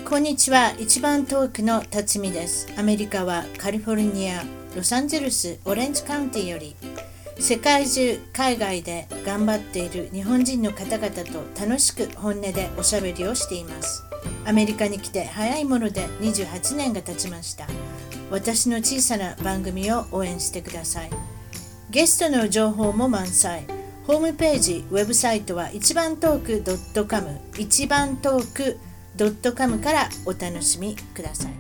こんにちは。一番遠くの辰巳です。アメリカはカリフォルニア、ロサンゼルス、オレンジカウンティより世界中、海外で頑張っている日本人の方々と楽しく本音でおしゃべりをしています。アメリカに来て早いもので28年が経ちました。私の小さな番組を応援してください。ゲストの情報も満載。ホームページ、ウェブサイトは一番トーク .com 一番トーク.com からお楽しみください。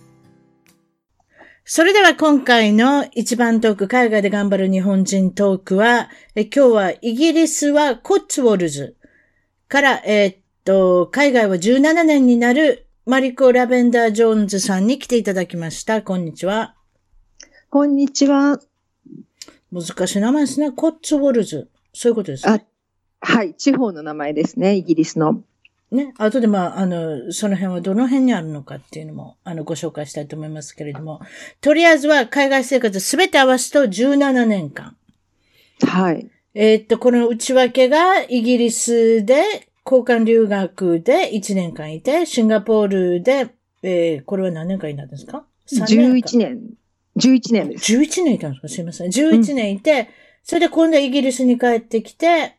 それでは今回の一番トーク、海外で頑張る日本人トークは、今日はイギリスはコッツウォルズから、海外は17年になるマリコ・ラベンダー・ジョーンズさんに来ていただきました。こんにちは。 こんにちは。 難しい名前ですね。コッツウォルズ。そういうことですね。 はい。地方の名前ですね。イギリスの。 ね。後でその辺はどの辺にあるのかっていうのも、ご紹介したいと思いますけれども。とりあえずは海外生活すべて合わすと17年間。 はい。 この内訳がイギリスで交換留学で1年間いて、シンガポールで、これは何年間いたんですか？ 11年。11年です。 11年いたんですか？すいません。11年いて、それで今度はイギリスに帰ってきて、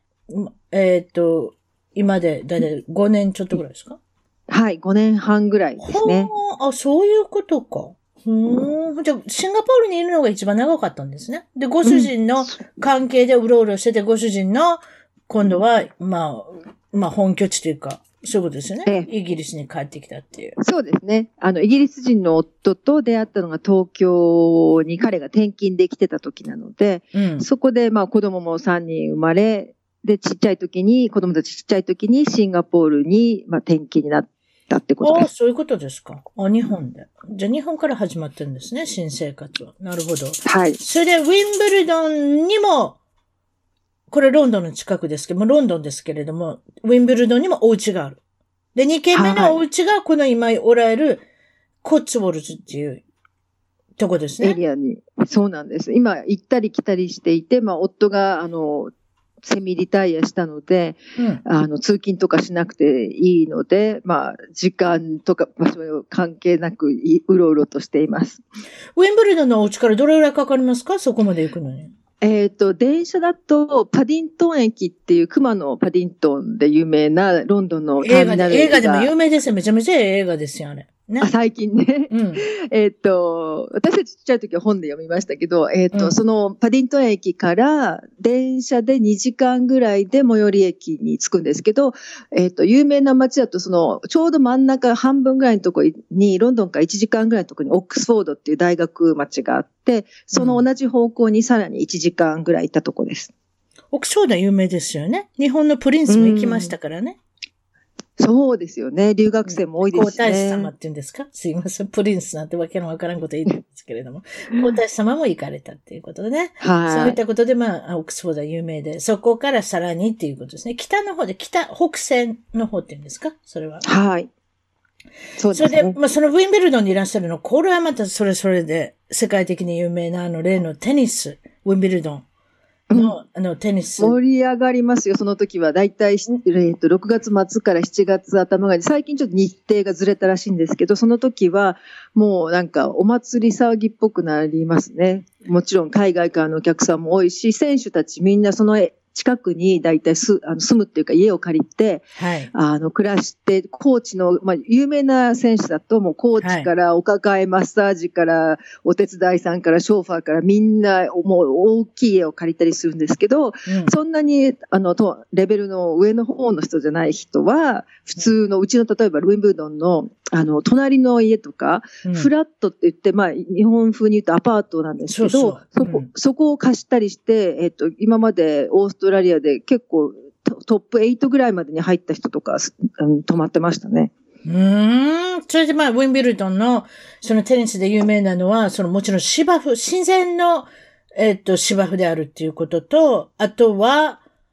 今でだいたい5年ちょっとぐらいですか？ はい、5年半ぐらいですね。 あ、そういうことか。じゃあ、シンガポールにいるのが一番長かったんですね。で、ご主人の関係でうろうろしてて、ご主人の、今度は、本拠地というか、そういうことですよね。イギリスに帰ってきたっていう。 そうですね。イギリス人の夫と出会ったのが東京に彼が転勤できてた時なので、そこで子供も3人生まれ、で、子供たちちっちゃい時にシンガポールに、転勤になったってことです。 そういうことですか。日本で。じゃあ日本から始まってるんですね、新生活は。なるほど。 はい。 それで、ウィンブルドンにも、これロンドンの近くですけども、ロンドンですけれども、ウィンブルドンにもお家がある。で、2軒目のお家がこの今おられるコッツウォルズっていうとこですね。 エリアに。そうなんです。今行ったり来たりしていて、夫がセミリタイアしたので、通勤とかしなくていいので、時間とか場所関係なくうろうろとしています。 ウィンブルドンのお家からどれぐらいかかりますか？そこまで行くのに。 電車だと、パディントン駅っていう熊のパディントンで有名なロンドンのターミナル映画でも有名ですよ。めちゃめちゃ映画ですよ、あれ。ね、 最近ね。私たちちっちゃい時は本で読みましたけど、そのパディントン駅から電車で2時間ぐらいで最寄り駅に着くんですけど、有名な街だとちょうど真ん中半分ぐらいのところに、ロンドンから1時間ぐらいのところにオックスフォードっていう大学町があって、その同じ方向にさらに1時間ぐらい行ったとこです。 オックスフォードは有名ですよね。日本のプリンスも行きましたからね。 そうですよね。留学生も多いですしね。 皇太子様って言うんですか？すいません。プリンスなんてわけのわからんこと言うんですけれども。皇太子様も行かれたっていうことでね。はい。そういったことで、オックスフォードは有名で、そこからさらにっていうことですね。北の方で、北西の方って言うんですか？それは。 はい。そうですね。 それで、そのウィンベルドンにいらっしゃるの、これはまたそれで世界的に有名な例のテニス、ウィンベルドン。テニス。 盛り上がりますよ、その時は。だいたい、6月末から7月頭が、最近ちょっと日程がずれたらしいんですけど、その時は、もうなんかお祭り騒ぎっぽくなりますね。もちろん海外からのお客さんも多いし、選手たちみんなその近くにだいたい住むっていうか家を借りて、はい、暮らして、コーチの、有名な選手だともうコーチからお抱えマッサージからお手伝いさんからショーファーからみんなもう大きい家を借りたりするんですけど、そんなにレベルの上の方の人じゃない人は、普通のうちの例えばウィンブルドンの隣の家とか、フラットって言って、日本風に言うとアパートなんですけど、そこを貸したりして、今までオーストラリアで結構トップ8ぐらいまでに入った人とか、泊まってましたね。 それでウィンビルドンの、そのテニスで有名なのは、もちろん芝生、自然の、芝生であるっていうことと、あとは、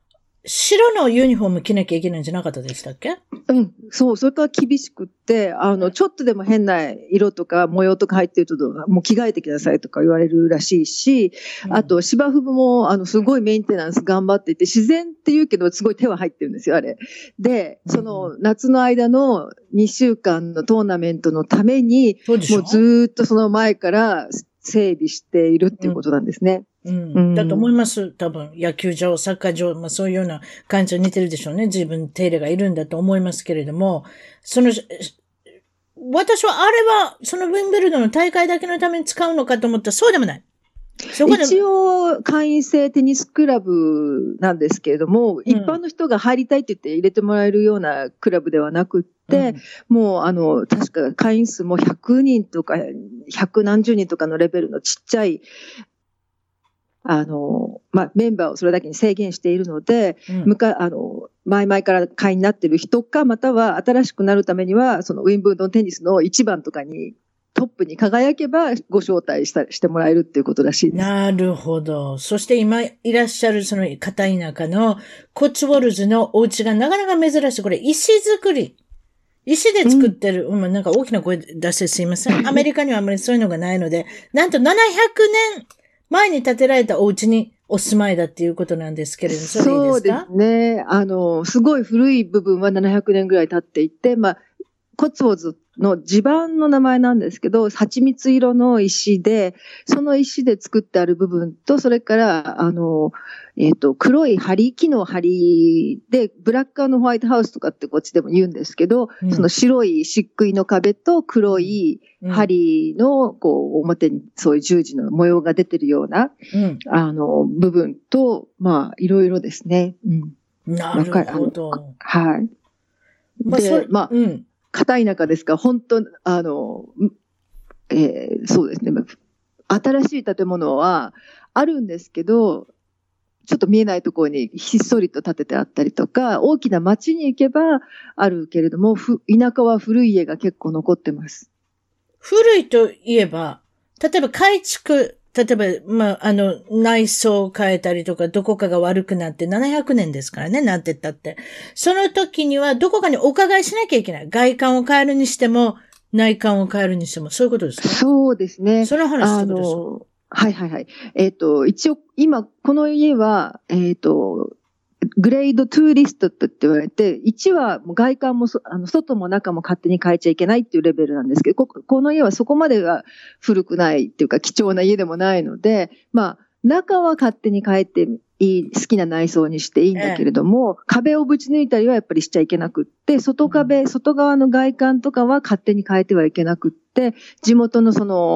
白のユニフォーム着なきゃいけないんじゃなかったでしたっけ？ うん、そう、それから厳しくって、ちょっとでも変な色とか模様とか入ってると、もう着替えてきなさいとか言われるらしいし、あと芝生も、すごいメンテナンス頑張っていて、自然って言うけど、すごい手は入ってるんですよ、あれ。で、その夏の間の2週間のトーナメントのために、もうずーっとその前から整備しているっていうことなんですね。 だと思います。多分、野球場、サッカー場、まあそういうような感じは似てるでしょうね。自分手入れがいるんだと思いますけれども、私はあれは、そのウィンブルドンの大会だけのために使うのかと思ったらそうでもない。 一応、会員制テニスクラブなんですけれども、一般の人が入りたいって言って入れてもらえるようなクラブではなくって、もう、確か会員数も100人とか、100何十人とかのレベルのちっちゃい、メンバーをそれだけに制限しているので、前々から会員になっている人か、または新しくなるためには、そのウィンブルドンテニスの一番とかに、トップに輝けばご招待してもらえるっていうことらしいです。 なるほど。そして今いらっしゃるその片田舎のコッツウォルズのお家がなかなか珍しい。これ石造り。石で作ってる。なんか大きな声出してすいません。アメリカにはあんまりそういうのがないので、なんと700年前に建てられたお家にお住まいだっていうことなんですけれども、それいいですか？ そうですね。すごい古い部分は700年ぐらい経っていて、コツウォーズの地盤の名前なんですけど、蜂蜜色の石で、その石で作ってある部分と、それから、黒い梁、木の梁で、ブラック&ホワイトハウスとかってこっちでも言うんですけど、その白い漆喰の壁と黒い梁の、表にそういう十字の模様が出てるような、部分と、いろいろですね。 なるほど。 はい。片田舎ですから、本当、そうですね。新しい建物はあるんですけど、ちょっと見えないところにひっそりと建ててあったりとか、大きな町に行けばあるけれども、田舎は古い家が結構残ってます。 古いといえば、例えば改築、例えば、内装を変えたりとか、どこかが悪くなって700年ですからね、なんて言ったって。その時にはどこかにお伺いしなきゃいけない。外観を変えるにしても、内観を変えるにしても、そういうことですか？ そうですね。 その話ってことですか？ はいはいはい。一応、今、この家は、グレード2リストって言われて、1はもう外観も外も中も勝手に変えちゃいけないっていうレベルなんですけど、この家はそこまでは古くないっていうか貴重な家でもないので、中は勝手に変えていい、好きな内装にしていいんだけれども、壁をぶち抜いたりはやっぱりしちゃいけなくって、外側の外観とかは勝手に変えてはいけなくって、地元の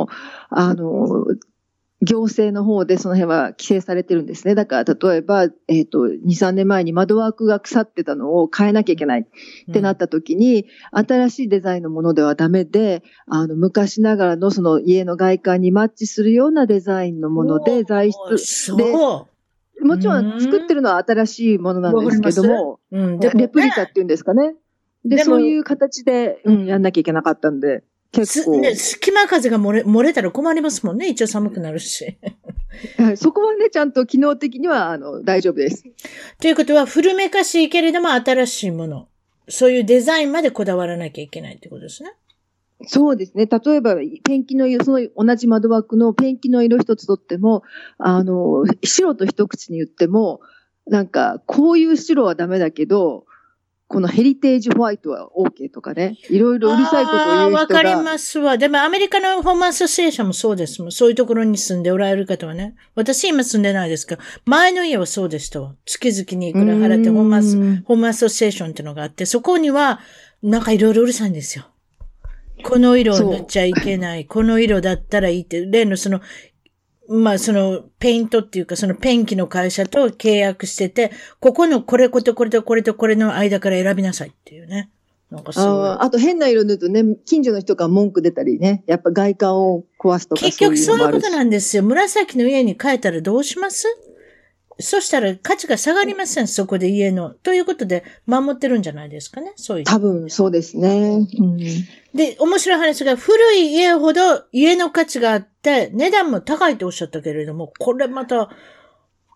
行政の方でその辺は規制されてるんですね。だから例えば、2、3年前に窓枠が腐ってたのを変えなきゃいけないってなった時に、新しいデザインのものではダメで、昔ながらのその家の外観にマッチするようなデザインのもので、材質で、もちろん作ってるのは新しいものなんですけども、レプリカっていうんですかね。で、そういう形で、やんなきゃいけなかったんで。 隙間風が漏れたら困りますもんね。一応寒くなるし。 そこはね、ちゃんと機能的には、大丈夫です。 ということは、古めかしいけれども新しいもの。そういうデザインまでこだわらなきゃいけないってことですね。 そうですね。例えば、ペンキの色、その同じ窓枠のペンキの色一つとっても、白と一口に言っても、なんか、こういう白はダメだけど、このヘリテージホワイトは OK とかね。いろいろうるさいことを言う人が。 わかりますわ。でもアメリカのホームアソシエーションもそうですもん。そういうところに住んでおられる方はね。私今住んでないですけど、前の家はそうでしたわ。月々にいくら払ってホームアソシエーションっていうのがあって、そこにはなんかいろいろうるさいんですよ。この色を塗っちゃいけない。この色だったらいいって。例のそのペイントっていうか、そのペンキの会社と契約してて、ここのこれとこれとこれとこれの間から選びなさいっていうね。なんかすごい。 あと変な色塗るとね、近所の人から文句出たりね。やっぱ外観を壊すとか結局そういうことなんですよ。紫の家に変えたらどうします？そしたら価値が下がりません、そこで家の。ということで、守ってるんじゃないですかね、そういう。 多分、そうですね。 で、面白い話が、古い家ほど家の価値があって、値段も高いとおっしゃったけれども、これまた、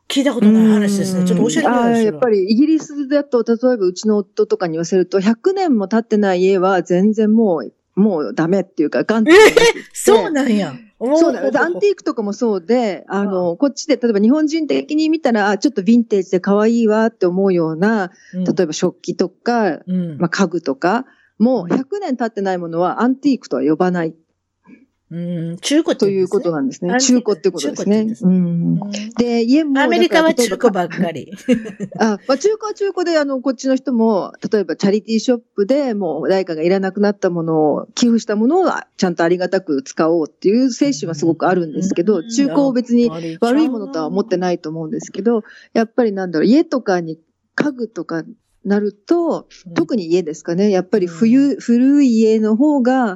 聞いたことない話ですね。ちょっと教えてください。 やっぱりイギリスだと、例えばうちの夫とかに言わせると、100年も経ってない家は全然もうダメっていうか、ガンって。 そうなんや。 そうだ。アンティークとかもそうで、こっちで、例えば日本人的に見たら、ちょっとヴィンテージで可愛いわって思うような、例えば食器とか、家具とか、もう100年経ってないものはアンティークとは呼ばない。 中古って、 ということなんですね。中古ってことですね。で、家も。 アメリカは中古ばっかり。 中古は中古で、こっちの人も、例えばチャリティーショップでもう誰かがいらなくなったものを、寄付したものをちゃんとありがたく使おうっていう精神はすごくあるんですけど、中古を別に悪いものとは思ってないと思うんですけど、やっぱり家とかに家具とかなると、特に家ですかね、やっぱり古い家の方が、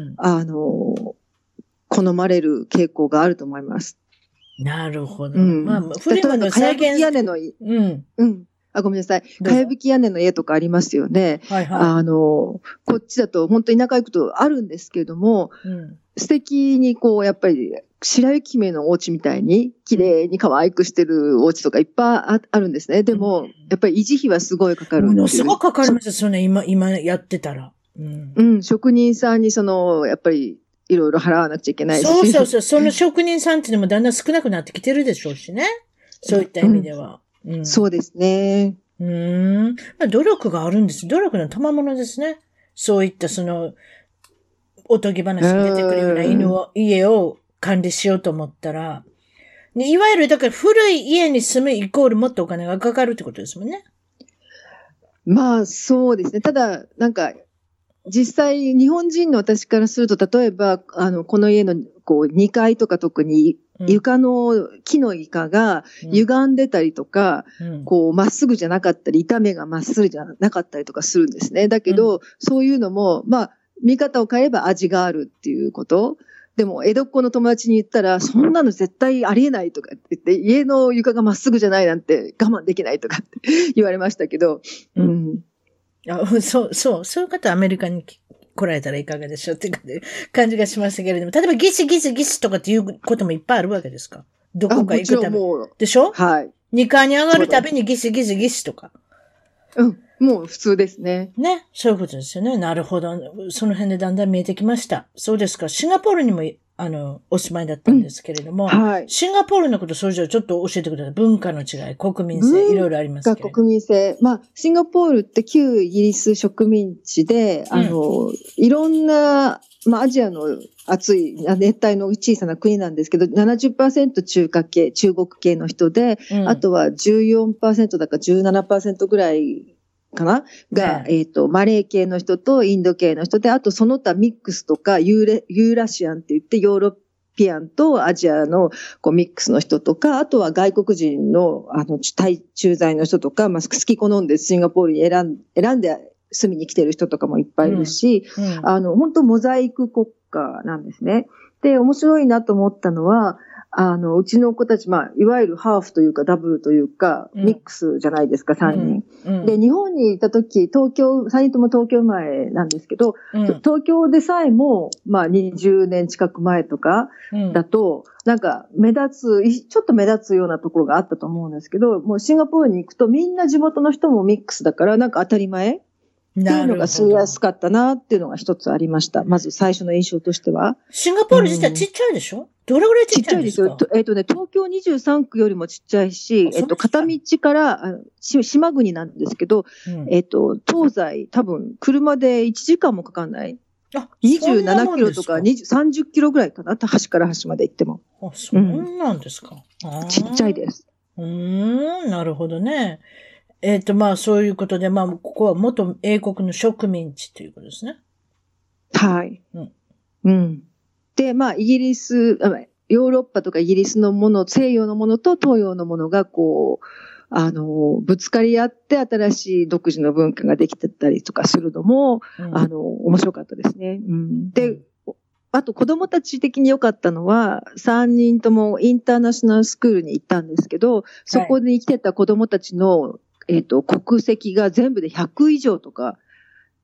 好まれる傾向があると思います。 なるほど。古いものを再現屋根の、ごめんなさい。かやぶき屋根の家とかありますよね。こっちだと本当に田舎行くとあるんですけれども、素敵にやっぱり白雪姫のお家みたいに綺麗に可愛くしてるお家とかいっぱいあるんですね。でも、やっぱり維持費はすごいかかる。 ものすごくかかりますよね、今やってたら。 職人さんにやっぱり、いろいろ払わなくちゃいけないし。 そう。その職人さんっていうのもだんだん少なくなってきてるでしょうしね。そういった意味では。 そうですね。 努力があるんです。努力の賜物ですね。そういったおとぎ話に出てくるような家を管理しようと思ったら、いわゆるだから古い家に住むイコールもっとお金がかかるってことですもんね。 まあそうですね。ただ、実際、日本人の私からすると、例えば、この家の、2階とか特に、床の木の床が歪んでたりとか、まっすぐじゃなかったり、板目がまっすぐじゃなかったりとかするんですね。だけど、そういうのも、見方を変えれば味があるっていうこと。でも、江戸っ子の友達に言ったら、そんなの絶対ありえないとか言って、家の床がまっすぐじゃないなんて我慢できないとかって言われましたけど、 そういう方はアメリカに来られたらいかがでしょうっていう感じがしましたけれども、例えばギシとかっていうこともいっぱいあるわけですか？どこか行くために。でしょ？ はい。 2階に上がるたびにギシとか。 もう普通ですね。 ね。そういうことですよね。なるほど。その辺でだんだん見えてきました。そうですか。シンガポールにもお住まいだったんですけれども、シンガポールのことそれじゃちょっと教えてください。文化の違い、国民性、いろいろありますけど。 国民性。シンガポールって旧イギリス植民地で、いろんな、アジアの暑い熱帯の小さな国なんですけど、70% 中国系の人で、あとは14% だか17% ぐらいかなが、マレー系の人とインド系の人で、あとその他ミックスとかユーラシアンって言ってヨーロピアンとアジアのミックスの人とか、あとは外国人の駐在の人とか、好き好んでシンガポールに選んで住みに来てる人とかもいっぱいいるし、本当モザイク国家なんですね。で、面白いなと思ったのは、うちの子たち、いわゆるハーフというかダブルというか、ミックスじゃないですか、3人。で、日本にいた時、3人とも東京生まれなんですけど、東京でさえも、20年近く前とかだと、ちょっと目立つようなところがあったと思うんですけど、もうシンガポールに行くとみんな地元の人もミックスだから、当たり前っていうのが住みやすかったなっていうのが一つありました。まず最初の印象としては。 シンガポール自体ちっちゃいでしょ？どれぐらいちっちゃいんですか？ ちっちゃいですよ。東京23区よりもちっちゃいし、片道から島国なんですけど、東西多分車で1時間もかかんない。27キロとか30キロぐらいかな。端から端まで行っても。 そうなんですか。 ちっちゃいです。 なるほどね。そういうことで、ここは元英国の植民地ということですね。 はい。で、イギリス、ヨーロッパとかイギリスのもの、西洋のものと東洋のものがぶつかり合って新しい独自の文化ができてたりとかするのも、面白かったですね。で、あと子供たち的に良かったのは、3人ともインターナショナルスクールに行ったんですけど、そこに来てた子供たちの、国籍が全部で100以上とか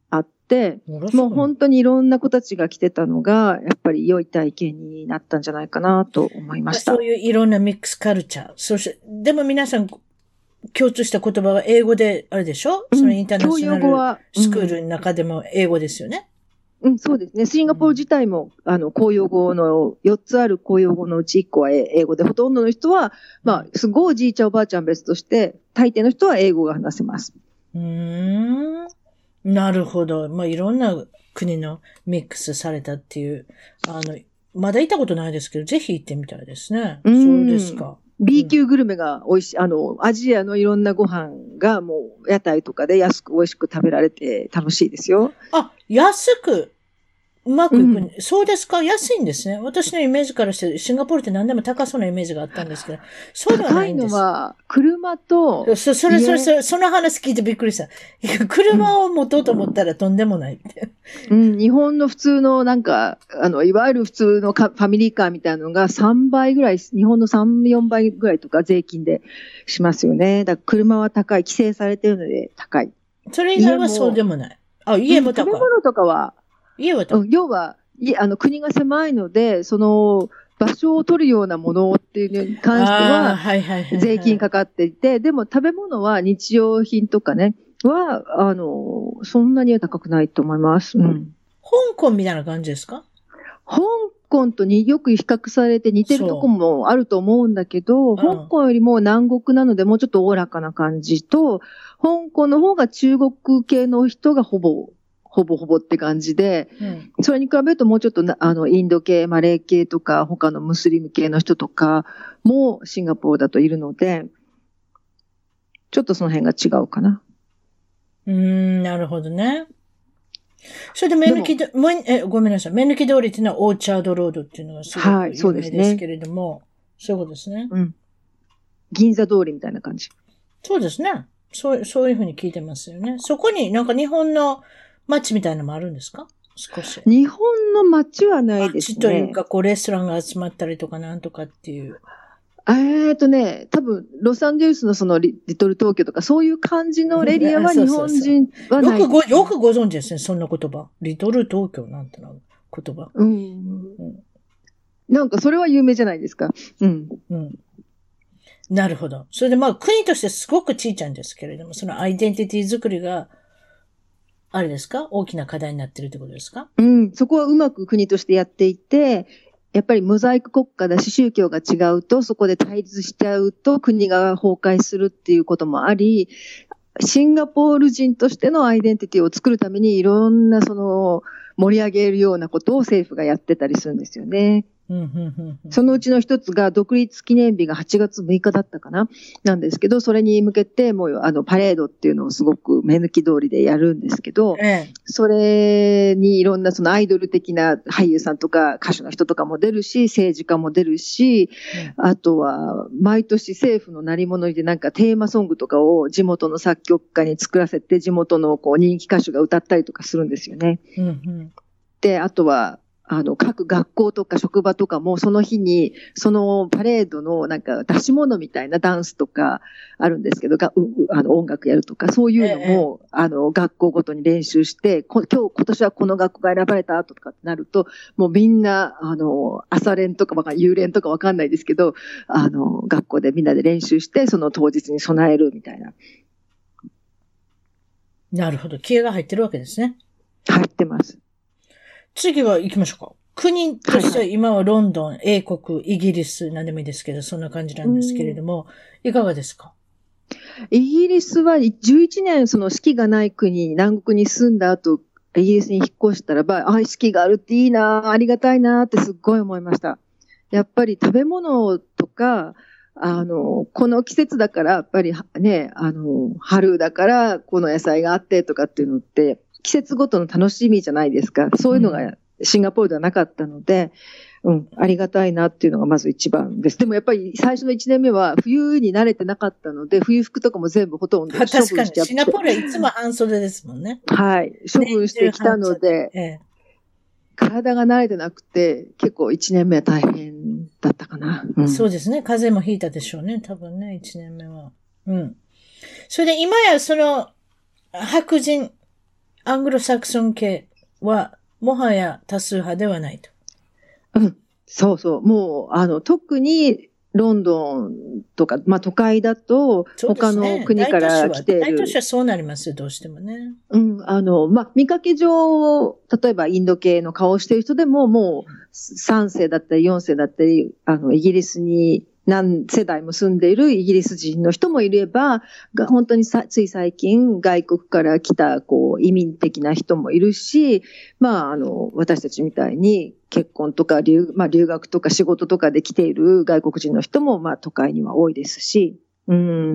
あって、もう本当にいろんな子たちが来てたのが、やっぱり良い体験になったんじゃないかなと思いました。 そういういろんなミックスカルチャー。そして、でも皆さん共通した言葉は英語で、あれでしょ、そのインターナショナルスクールの中でも英語ですよね。 そうですね。シンガポール自体も、公用語の、4つある公用語のうち1個は英語で、ほとんどの人は、すごいおじいちゃんおばあちゃん別として、大抵の人は英語が話せます。 なるほど。いろんな国のミックスされたっていう、まだ行ったことないですけど、ぜひ行ってみたいですね。そうですか。 B 級グルメが美味しい、アジアのいろんなご飯がもう屋台とかで安く美味しく食べられて楽しいですよ。 安くうまくいく、そうですか。安いんですね。私のイメージからして、シンガポールって何でも高そうなイメージがあったんですけど、そうではないんです。 高いのは、車と、 その話聞いてびっくりした。いや、車を持とうと思ったらとんでもないって。 日本の普通のいわゆる普通のファミリーカーみたいなのが3倍ぐらい、日本の3、4倍ぐらいとか税金でしますよね。だから車は高い、規制されてるので高い。 それ以外はそうでもない。家も高い。 食べ物とかは、要は、国が狭いので、その、場所を取るようなものっていうのに関しては、税金かかっていて、でも食べ物は日用品とかね、は、そんなには高くないと思います。香港みたいな感じですか？ 香港とよく比較されて似てるとこもあると思うんだけど、香港よりも南国なのでもうちょっとおおらかな感じと、香港の方が中国系の人がほぼって感じで、それに比べるともうちょっとインド系、マレー系とか、他のムスリム系の人とかもシンガポールだといるので、ちょっとその辺が違うかな。 なるほどね。それでごめんなさい。目抜き通りっていうのはオーチャードロードっていうのがすごく有名ですけれども、そういうことですね。 銀座通りみたいな感じ。 そうですね。そういうふうに聞いてますよね。そこになんか日本の街みたいなのもあるんですか？少し。 日本の街はないですね。 街というか、レストランが集まったりとかなんとかっていう。 多分、ロサンゼルスのそのリトル東京とか、そういう感じのエリアは日本人はない。 よくご存知ですね、そんな言葉。リトル東京なんての言葉。 なんかそれは有名じゃないですか。 なるほど。それで国としてすごく小さいんですけれども、そのアイデンティティ作りが、あれですか？大きな課題になってるってことですか？ そこはうまく国としてやっていて、やっぱりモザイク国家だし宗教が違うと、そこで対立しちゃうと国が崩壊するっていうこともあり、シンガポール人としてのアイデンティティを作るためにいろんな盛り上げるようなことを政府がやってたりするんですよね。そのうちの一つが独立記念日が8月6日だったかななんですけど、それに向けてもうパレードっていうのをすごく目抜き通りでやるんですけど、それにいろんなそのアイドル的な俳優さんとか歌手の人とかも出るし、政治家も出るし、あとは毎年政府の鳴り物でなんかテーマソングとかを地元の作曲家に作らせて、地元の人気歌手が歌ったりとかするんですよね。で、あとは各学校とか職場とかもその日にそのパレードのなんか出し物みたいなダンスとかあるんですけど、音楽やるとかそういうのも、学校ごとに練習して今年はこの学校が選ばれたとかってなると、もうみんな朝練とか夕練とかわかんないですけど、学校でみんなで練習してその当日に備えるみたいな。 なるほど。気合が入ってるわけですね。 入ってます。 次は行きましょうか。国としては今はロンドン、英国、イギリス、何でもいいですけど、そんな感じなんですけれども、いかがですか？ イギリスは11年その四季がない国、南国に住んだ後、イギリスに引っ越したらば、四季があるっていいな、ありがたいなってすっごい思いました。やっぱり食べ物とか、この季節だからやっぱりね、春だからこの野菜があってとかっていうのって、季節ごとの楽しみじゃないですか。そういうのがシンガポールではなかったので、ありがたいなっていうのがまず一番です。でもやっぱり最初の1年目は冬に慣れてなかったので、冬服とかも全部ほとんど処分しちゃって。 確かに、シンガポールはいつも半袖ですもんね。 はい。処分してきたので、体が慣れてなくて、結構1年目は大変だったかな。 そうですね。風邪もひいたでしょうね。多分ね、1年目は。それで今やその、白人、 アングロサクソン系は、もはや多数派ではないと。 うん。そうそう。もう、特に、ロンドンとか、まあ都会だと、他の国から来ている。 大都市はそうなりますよ、どうしてもね。 うん、まあ見かけ上、例えばインド系の顔をしている人でも、もう3世だったり4世だったり、イギリスに何世代も住んでいるイギリス人の人もいれば、本当につい最近外国から来た、移民的な人もいるし、まあ、私たちみたいに結婚とか留学とか仕事とかで来ている外国人の人も、まあ、都会には多いですし、うん。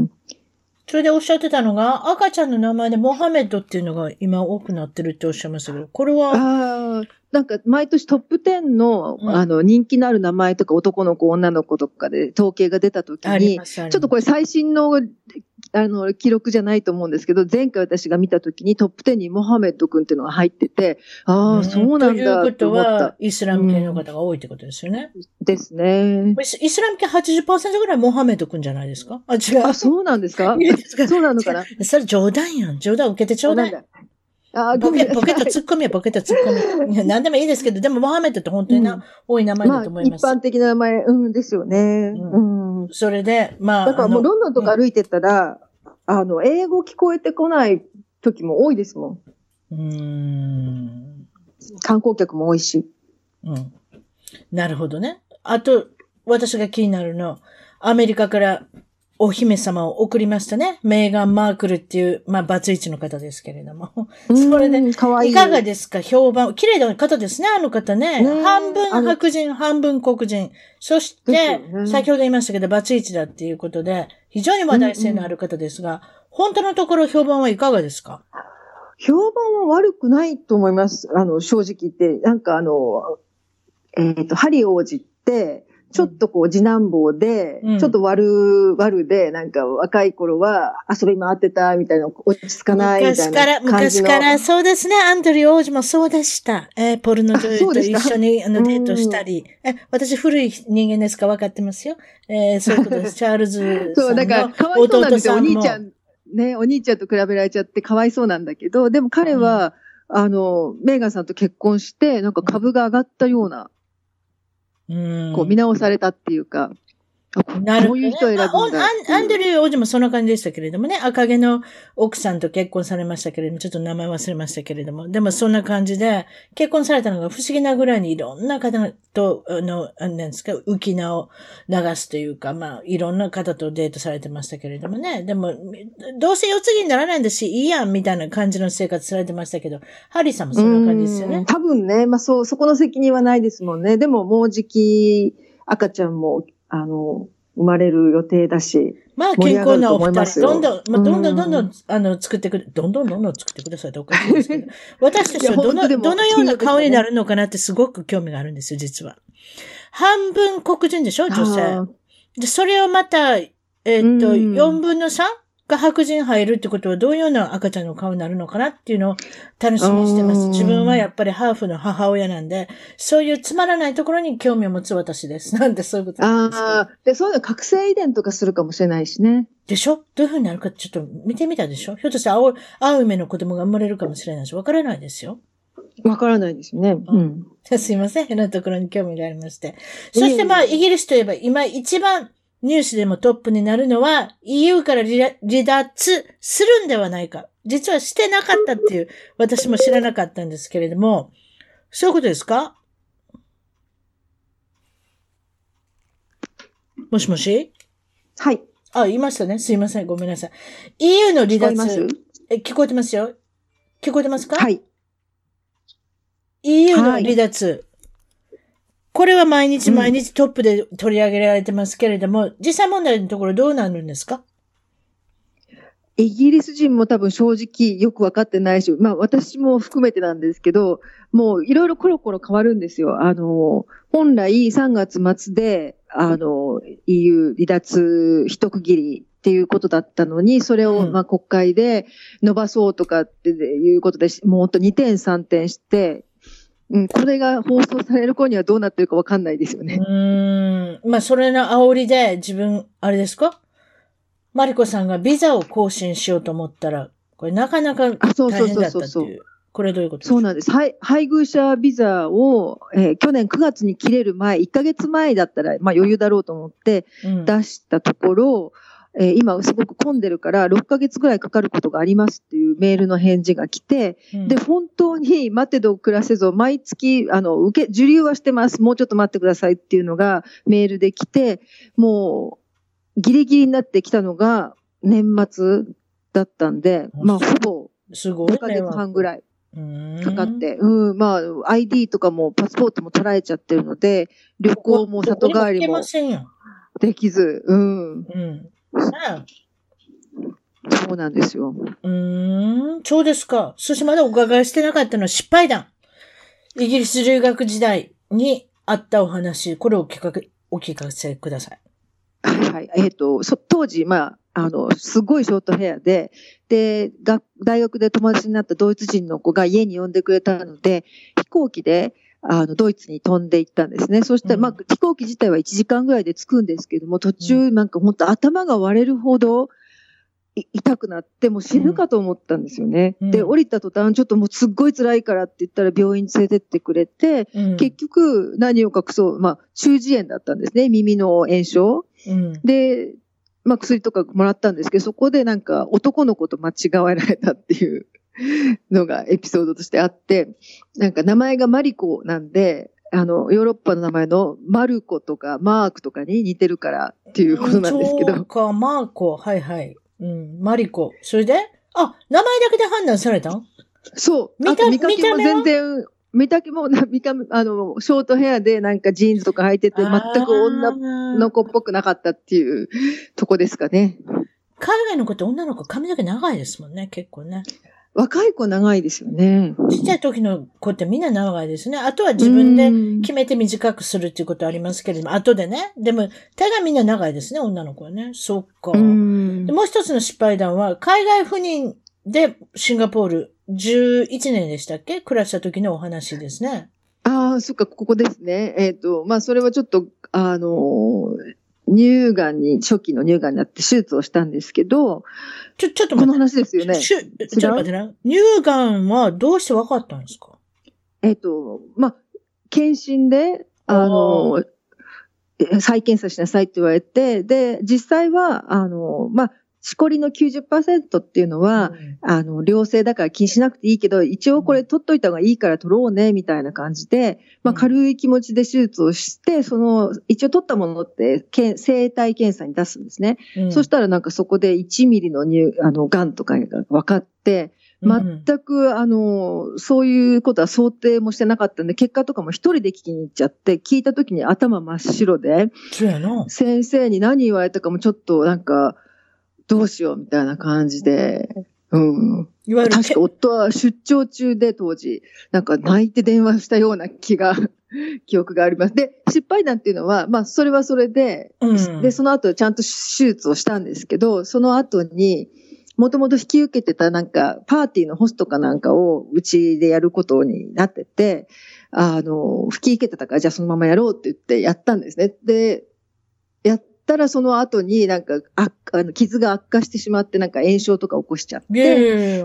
それでおっしゃってたのが、赤ちゃんの名前でモハメッドっていうのが今多くなってるっておっしゃいましたけど、これはなんか毎年トップ10の、人気のある名前とか男の子、女の子とかで統計が出たときに、ちょっとこれ最新の、記録じゃないと思うんですけど、前回私が見たときにトップ10にモハメッド君っていうのが入ってて、そうなんだと思った。ということは、イスラム系の方が多いってことですよね。 ですね。 イスラム系 80% ぐらいモハメッド君じゃないですか？違う。 そうなんですか？そうなのかな？ それ冗談やん。冗談受けてちょうだい。ボケとツッコミはボケとツッコミ。何でもいいですけど、でもモハメッドって本当に多い名前だと思います。 一般的な名前、ですよね。 それで、 だからもうロンドンとか歩いてたら、英語聞こえてこない時も多いですもん。観光客も多いし。 なるほどね。あと、私が気になるの、アメリカからお姫様を送りましたね。メーガン・マークルっていう、まあ、バツイチの方ですけれども。それで、いかがですか？評判、綺麗な方ですね、あの方ね。半分白人、半分黒人。そして、先ほど言いましたけど、バツイチだっていうことで、非常に話題性のある方ですが、本当のところ評判はいかがですか？ 評判は悪くないと思います。正直言って。なんかハリー王子って、ちょっと次男坊で、ちょっと悪で、なんか若い頃は遊び回ってたみたいな、落ち着かないみたいな昔からそうですね。アンドリュー王子もそうでした。ポルノ女優と一緒にデートしたり。私古い人間ですか分かってますよ。そういうことです。チャールズさんの弟さんも。そう、だからかわいそうなんですよ。お兄ちゃん。 ね、お兄ちゃんと比べられちゃってかわいそうなんだけど、でも彼は、メーガンさんと結婚して、なんか株が上がったような、見直されたっていうか、 なるほど、ね。 こういう人を選ぶんだ。 アンドリュー王子もそんな感じでしたけれどもね、赤毛の奥さんと結婚されましたけれども、ちょっと名前忘れましたけれども、でもそんな感じで、結婚されたのが不思議なぐらいにいろんな方と、なんですか、浮き名を流すというか、まあ、いろんな方とデートされてましたけれどもね、でも、どうせ世継ぎにならないんだし、いいやん、みたいな感じの生活されてましたけど、ハリーさんもそんな感じですよね。 多分ね、まあそこの責任はないですもんね。でももうじき、赤ちゃんも、生まれる予定だし。 まあ、健康なお二人、どんどん作ってくる、どんどん作ってくださいっておかしいですけど、私たちはどのような顔になるのかなってすごく興味があるんですよ、実は。半分黒人でしょ、女性。で、それをまた、4分の 3? が白人入るってことはどういうような赤ちゃんの顔になるのかなっていうのを楽しみにしてます。自分はやっぱりハーフの母親なんで、そういうつまらないところに興味を持つ私です。なんでそういうことなんですか。 で、そういうの覚醒遺伝とかするかもしれないしね。 でしょ？どういう風になるかちょっと見てみたでしょ？ひょっとしたら青い目の子供が生まれるかもしれないし、わからないですよ。 わからないですよね。 すいません。変なところに興味がありまして。そしてまあ、イギリスといえば今一番ニュースでもトップになるのは EU から離脱するんではないか。実はしてなかったっていう、私も知らなかったんですけれども、そういうことですか？もしもし？ はい。 言いましたね。すいません。ごめんなさい。EU の離脱。聞こえてますよ。聞こえてますか？ はい。 EU の離脱。これは毎日トップで取り上げられてますけれども、実際問題のところどうなるんですか？ イギリス人も多分正直よくわかってないし、まあ私も含めてなんですけど、もういろいろコロコロ変わるんですよ。本来3月末で、EU 離脱一区切りっていうことだったのに、それをまあ国会で伸ばそうとかっていうことで、もう本当2点3点して、これが放送される頃にはどうなってるかわかんないですよね。 まあ、それの煽りで自分、あれですか？マリコさんがビザを更新しようと思ったら、これなかなか大変だったっていうこれどういうことですか？ そうなんです。配偶者ビザを、去年9月に切れる前、1ヶ月前だったら、まあ余裕だろうと思って出したところ、今すごく混んでるから6ヶ月ぐらいかかることがありますっていうメールの返事が来て、で、本当に待てど暮らせぞ、毎月、受留はしてます。もうちょっと待ってくださいっていうのがメールで来て、もう、ギリギリになってきたのが年末だったんで、まあ、ほぼ、5ヶ月半ぐらいかかって、まあ、ID とかもパスポートも取られちゃってるので、旅行も里帰りもできず、そうなんですよ。 そうですか。そしてまだお伺いしてなかったのは失敗談。イギリス留学時代にあったお話、これをお聞かせください。 はい。当時、まあ、すごいショートヘアで、大学で友達になったドイツ人の子が家に呼んでくれたので、飛行機で、ドイツに飛んで行ったんですね。そして、まあ、飛行機自体は1時間ぐらいで着くんですけども、途中なんか本当頭が割れるほど痛くなって、もう死ぬかと思ったんですよね。で、降りた途端、ちょっともうすっごい辛いからって言ったら病院に連れてってくれて、結局何を隠そう、まあ、中耳炎だったんですね。耳の炎症。で、まあ、薬とかもらったんですけど、そこでなんか男の子と間違われたっていうのがエピソードとしてあって、なんか名前がマリコなんで、ヨーロッパの名前のマルコとかマークとかに似てるからっていうことなんですけど。 そうか、マーコ、はいはい。マリコ。それで名前だけで判断されたん？ そう。見かけも全然、見た目も、ショートヘアでなんかジーンズとか履いてて、全く女の子っぽくなかったっていうとこですかね。 海外の子って女の子髪の毛長いですもんね、結構ね。 若い子長いですよね。 ちっちゃい時の子ってみんな長いですね。あとは自分で決めて短くするっていうことありますけれども、後でね。でも、大概みんな長いですね、女の子はね。そっか。でもう一つの失敗談は、海外赴任でシンガポール11年でしたっけ？暮らした時のお話ですね。 ああ、そっか、ここですね。まあ、それはちょっと、初期の乳がんになって手術をしたんですけど、 ちょっと待って。 この話ですよね。 ちょっと待ってな。乳がんはどうして分かったんですか？ まあ、検診で、再検査しなさいって言われて、で、実際は、まあ、しこりの 90% っていうのは、良性だから気にしなくていいけど、一応これ取っといた方がいいから取ろうね、みたいな感じで、まあ軽い気持ちで手術をして、一応取ったものって生体検査に出すんですね。そしたらなんかそこで1ミリの癌とかが分かって、全く、そういうことは想定もしてなかったんで、結果とかも一人で聞きに行っちゃって、聞いた時に頭真っ白で、先生に何言われたかもちょっとなんか、どうしようみたいな感じで、いわゆる確か夫は出張中で当時、なんか泣いて電話したような記憶があります。で、失敗談っていうのは、まあそれはそれで、で、その後ちゃんと手術をしたんですけど、その後に、もともと引き受けてたなんかパーティーのホストかなんかをうちでやることになってて、引き受けてたからじゃあそのままやろうって言ってやったんですね。で、やったらその後になんか傷が悪化してしまってなんか炎症とか起こしちゃって、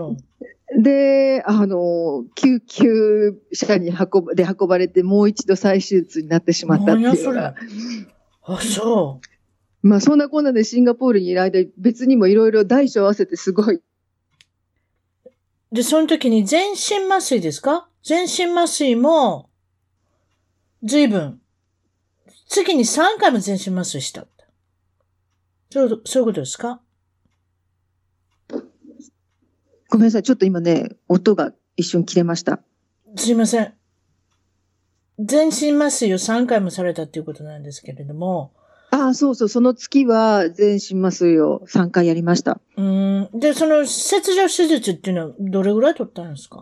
で、救急車に運ばれてもう一度再手術になってしまったっていうのが。 そう。 まあそんなこんなでシンガポールにいる間別にもいろいろ大小合わせてすごい。 で、その時に全身麻酔ですか？全身麻酔も随分、次に3回も全身麻酔した。そういうことですか？ ごめんなさい。ちょっと今ね、音が一瞬切れました。 すいません。全身麻酔を3回もされたっていうことなんですけれども。 そうそう。その月は全身麻酔を3回やりました。 で、その切除手術っていうのはどれぐらい取ったんですか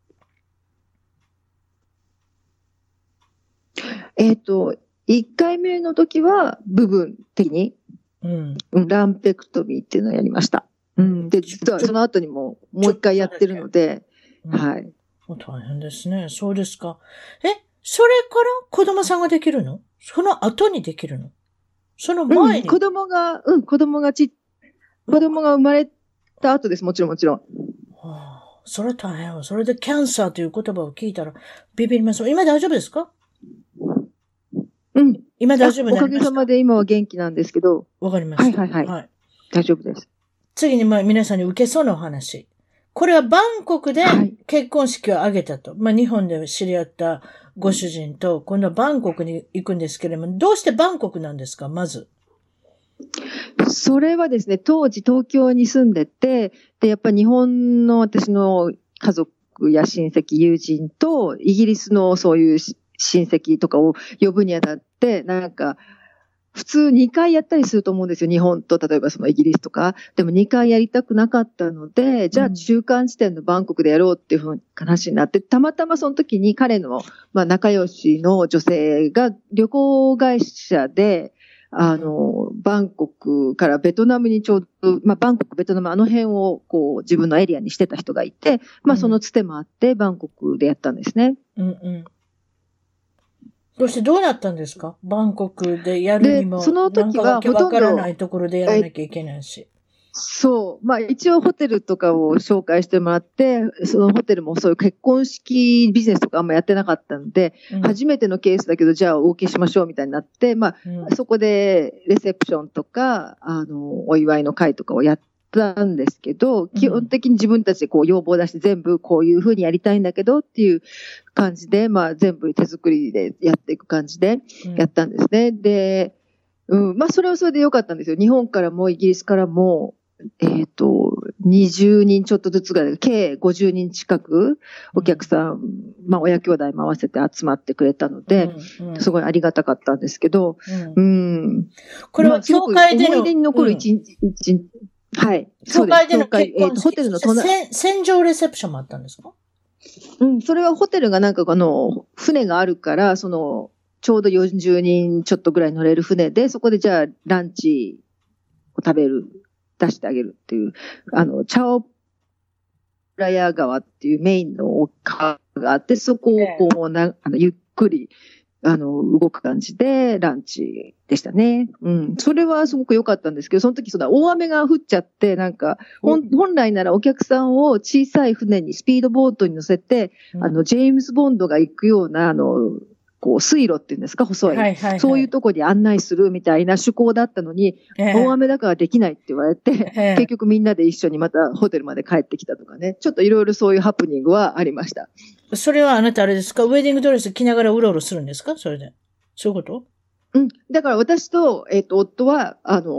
？1回目の時は部分的に、ランペクトミーっていうのをやりました。で、実はその後にもう一回やってるので、はい。 大変ですね。そうですか。それから子供さんができるの？その後にできるの？その前に、 子供が生まれた後です。もちろん。 それ大変よ。それでキャンサーという言葉を聞いたらビビります。今大丈夫ですか？ うん。 今大丈夫になおかげさまで今は元気なんですけど。 わかりました。 はい。大丈夫です。 次に皆さんに受けそうなお話。これはバンコクで結婚式を挙げたと。日本で知り合ったご主人と、今度はバンコクに行くんですけれども、どうしてバンコクなんですか、まず。 それはですね、当時東京に住んでて、で、やっぱり日本の私の家族や親戚、友人と、イギリスのそういう親戚とかを呼ぶにあたって、普通2回やったりすると思うんですよ。日本と、例えばそのイギリスとか。でも2回やりたくなかったので、じゃあ中間地点のバンコクでやろうっていうふうな話になって、たまたまその時に彼の、仲良しの女性が旅行会社で、バンコクからベトナムにちょうど、バンコク、ベトナム、あの辺をこう自分のエリアにしてた人がいて、そのつてもあってバンコクでやったんですね。 そしてどうなったんですか？バンコクでやるにも、 その時はほとんどわからないところでやらなきゃいけないし。 そう。一応ホテルとかを紹介してもらって、そのホテルもそういう結婚式ビジネスとかあんまやってなかったんで、初めてのケースだけど、じゃあお受けしましょうみたいになって、そこでレセプションとか、お祝いの会とかをやったんですけど、基本的に自分たちでこう要望を出して全部こういうふうにやりたいんだけどっていう感じで、全部手作りでやっていく感じでやったんですね。で、それはそれで良かったんですよ。日本からもイギリスからも、20人ちょっとずつぐらい、計50人近くお客さん、親兄弟も合わせて集まってくれたので、すごいありがたかったんですけど、 これは教会での、 思い出に残る一日、はい。 教会での結婚式、 ホテルの隣、 船上レセプションもあったんですか？ それはホテルが船があるから、ちょうど40人ちょっとぐらい乗れる船で、そこでじゃあランチを出してあげるっていう、チャオプラヤ川っていうメインの川があって、そこをこうゆっくり、動く感じでランチでしたね。それはすごく良かったんですけど、その時大雨が降っちゃって、本来ならお客さんを小さい船にスピードボートに乗せて、ジェームズ・ボンドが行くような、こう水路っていうんですか、細い。そういうとこに案内するみたいな趣向だったのに、大雨だからできないって言われて、結局みんなで一緒にまたホテルまで帰ってきたとかね。ちょっといろいろそういうハプニングはありました。 それはあなたあれですか？ウェディングドレス着ながらうろうろするんですか？それで。そういうこと？ だから私と、夫は、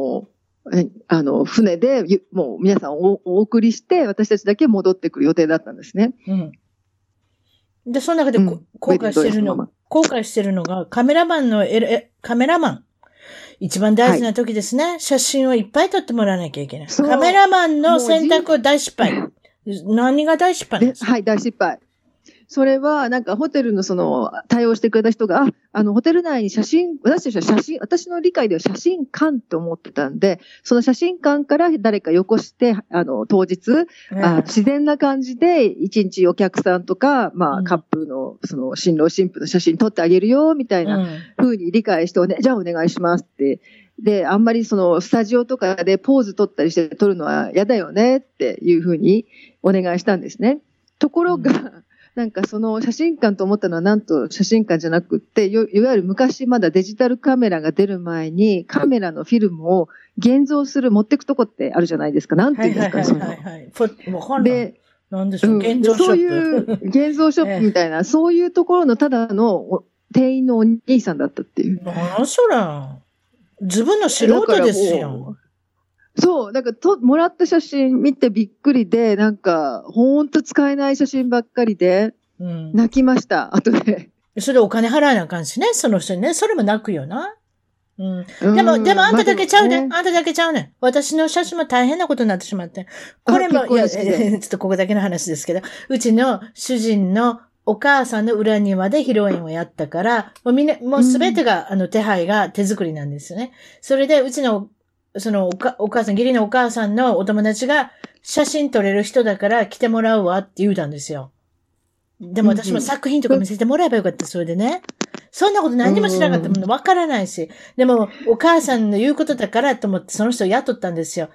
船で、もう皆さんをお送りして、私たちだけ戻ってくる予定だったんですね。 で、その中で後悔してるのが、カメラマン。一番大事な時ですね。写真をいっぱい撮ってもらわなきゃいけない。カメラマンの選択は大失敗。何が大失敗ですか？ はい、大失敗。それは、ホテルの対応してくれた人が、ホテル内に私の理解では写真館って思ってたんで、その写真館から誰かよこして、当日、自然な感じで、一日お客さんとか、カップルの、新郎新婦の写真撮ってあげるよ、みたいな風に理解して、じゃあお願いしますって。で、あんまりスタジオとかでポーズ撮ったりして撮るのは嫌だよねっていう風にお願いしたんですね。ところが、写真館と思ったのはなんと写真館じゃなくって、いわゆる昔まだデジタルカメラが出る前にカメラのフィルムを現像する、持ってくとこってあるじゃないですか。なんていうんですか、 で、なんでしょう、現像ショップ。 そういう現像ショップみたいな、そういうところのただの店員のお兄さんだったっていう。 そら。自分の素人ですよ。 そう、もらった写真見てびっくりで、ほんと使えない写真ばっかりで、泣きました、後で。 それお金払わなあかんしね、その人にね。それも泣くよな。でもあんただけちゃうね。あんただけちゃうね。私の写真も大変なことになってしまって。これも、ちょっとここだけの話ですけど、うちの主人のお母さんの裏庭で披露宴をやったから、もうすべてが、手配が手作りなんですよね。それで、うちのお母さん、義理のお母さんのお友達が写真撮れる人だから来てもらうわって言うたんですよ。でも私も作品とか見せてもらえばよかった、それでね。そんなこと何もしなかったものわからないし。でも、お母さんの言うことだからと思ってその人を雇ったんですよ。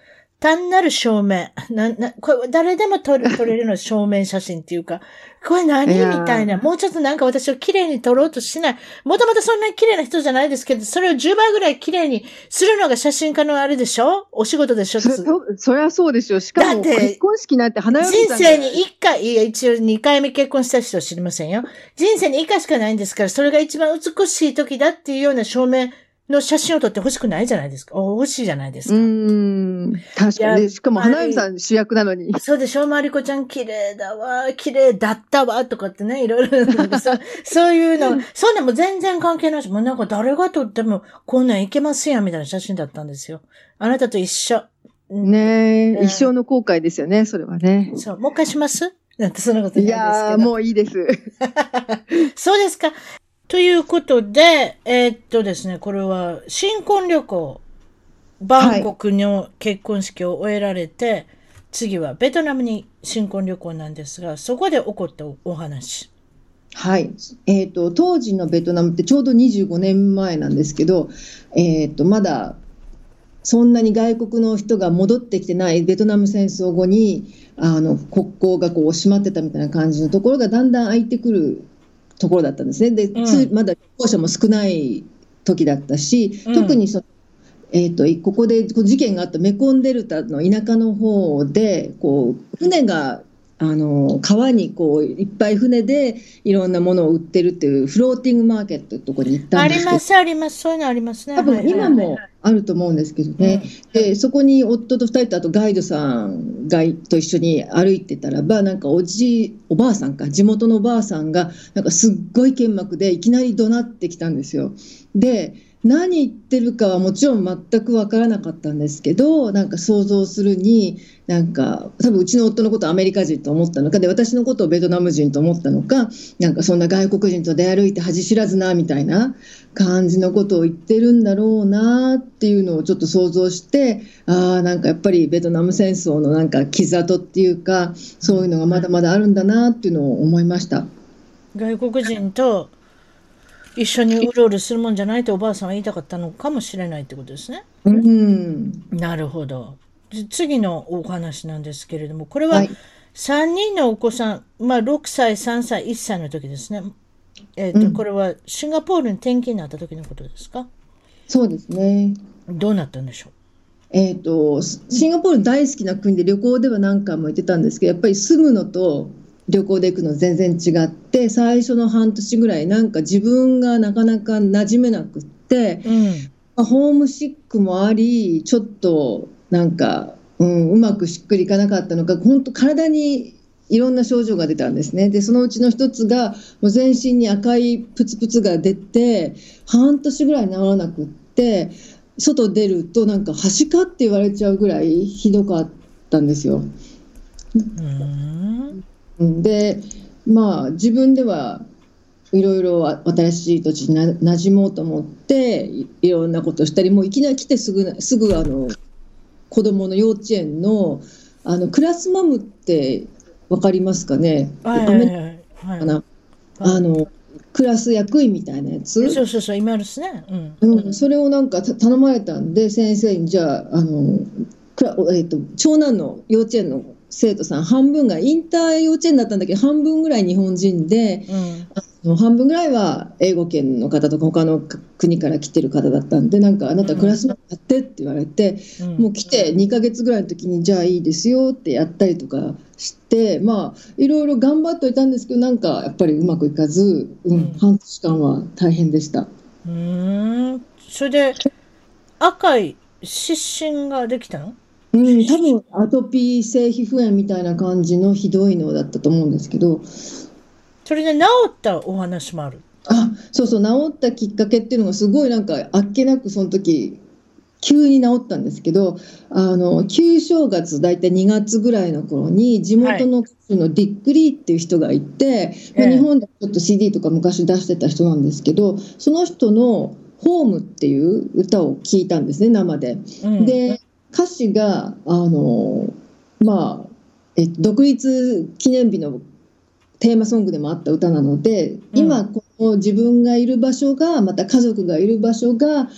単なる正面。これ誰でも撮れるの正面写真っていうか、これ何みたいな。もうちょっとなんか私を綺麗に撮ろうとしない。もともとそんなに綺麗な人じゃないですけど、それを10倍ぐらい綺麗にするのが写真家のあれでしょ？お仕事でしょ？ そりゃそうですよ。しかも結婚式なんて花嫁人生に1回、いや一応2回目結婚した人は知りませんよ。人生に1回しかないんですから、それが一番美しい時だっていうような正面の写真を撮って欲しくないじゃないですか。欲しいじゃないですか。 確かに。しかも花嫁さん主役なのに。 そうでしょ、まりこちゃん綺麗だわ、綺麗だったわ、とかってね、いろいろそういうの、そんなも全然関係ないし、もうなんか誰が撮ってもこんなんいけますやん、みたいな写真だったんですよ。あなたと一緒。 ねえ、一生の後悔ですよね、それはね。 そう、もう一回しますなんてそんなことないですけど。いやー、もういいです。 そうですか。ということで、ですね、これは新婚旅行、バンコクの結婚式を終えられて、はい、次はベトナムに新婚旅行なんですが、そこで起こったお話。 はい。当時のベトナムってちょうど25年前なんですけど、まだそんなに外国の人が戻ってきてないベトナム戦争後に、国交がこう閉まってたみたいな感じのところがだんだん開いてくるところだったんですね。で、まだ旅行者も少ない時だったし、特にここで事件があったメコンデルタの田舎の方でこう船が川にこういっぱい船でいろんなものを売ってるっていうフローティングマーケットのところに行ったんですけど、 ありますそういうのありますね。 多分今もあると思うんですけどね、でそこに夫と2人とあとガイドさんと一緒に歩いてたらば、なんかおばあさんか、地元のおばあさんがなんかすっごい剣幕でいきなり怒鳴ってきたんですよ。で何言ってるかはもちろん全く分からなかったんですけど、なんか想像するになんか多分うちの夫のことをアメリカ人と思ったのか、で私のことをベトナム人と思ったのか、なんかそんな外国人と出歩いて恥知らずなみたいな感じのことを言ってるんだろうなっていうのをちょっと想像して、なんかやっぱりベトナム戦争のなんか傷跡っていうか、そういうのがまだまだあるんだなっていうのを思いました。 外国人と一緒にうろうろするもんじゃないとおばあさんは言いたかったのかもしれないってことですね。なるほど。次のお話なんですけれども、これは3人のお子さん、6歳、3歳、1歳の時ですね。これはシンガポールに転勤になった時のことですか？ そうですね。 どうなったんでしょう？シンガポール大好きな国で旅行では何回も行ってたんですけど、やっぱり住むのと旅行で行くの全然違って、最初の半年ぐらいなんか自分がなかなか馴染めなくって、ホームシックもあり、ちょっとなんか、うまくしっくりいかなかったのか、本当体にいろんな症状が出たんですね。でそのうちの一つがもう全身に赤いプツプツが出て、半年ぐらい治らなくって、外出るとなんかはしかって言われちゃうぐらいひどかったんですよ。で自分ではいろいろ新しい土地に馴染もうと思っていろんなことをしたり、もういきなり来てすぐ子どもの幼稚園のクラスマムって分かりますかね？クラス役員みたいなやつ。 そう今ですね。 それをなんか頼まれたんで、先生にじゃあ長男の幼稚園の生徒さん半分がインター幼稚園だったんだけど、半分ぐらい日本人で、半分ぐらいは英語圏の方とか他の国から来てる方だったんで、なんかあなたクラスマンやってって言われて、もう来て2ヶ月ぐらいの時にじゃあいいですよってやったりとかして、いろいろ頑張っておいたんですけど、なんかやっぱりうまくいかず、半年間は大変でした。 それで赤い湿疹ができたの？ 多分アトピー性皮膚炎みたいな感じのひどいのだったと思うんですけど、 それで治ったお話もある。 そう治ったきっかけっていうのがすごいなんかあっけなくその時急に治ったんですけど、旧正月だいたい2月ぐらいの頃に地元の歌手のディック・リーっていう人がいて、日本でちょっと CD とか昔出してた人なんですけど、その人のホームっていう歌を聴いたんですね、生で。で歌詞が独立記念日のテーマソングでもあった歌なので、今この自分がいる場所がまた家族がいる場所が、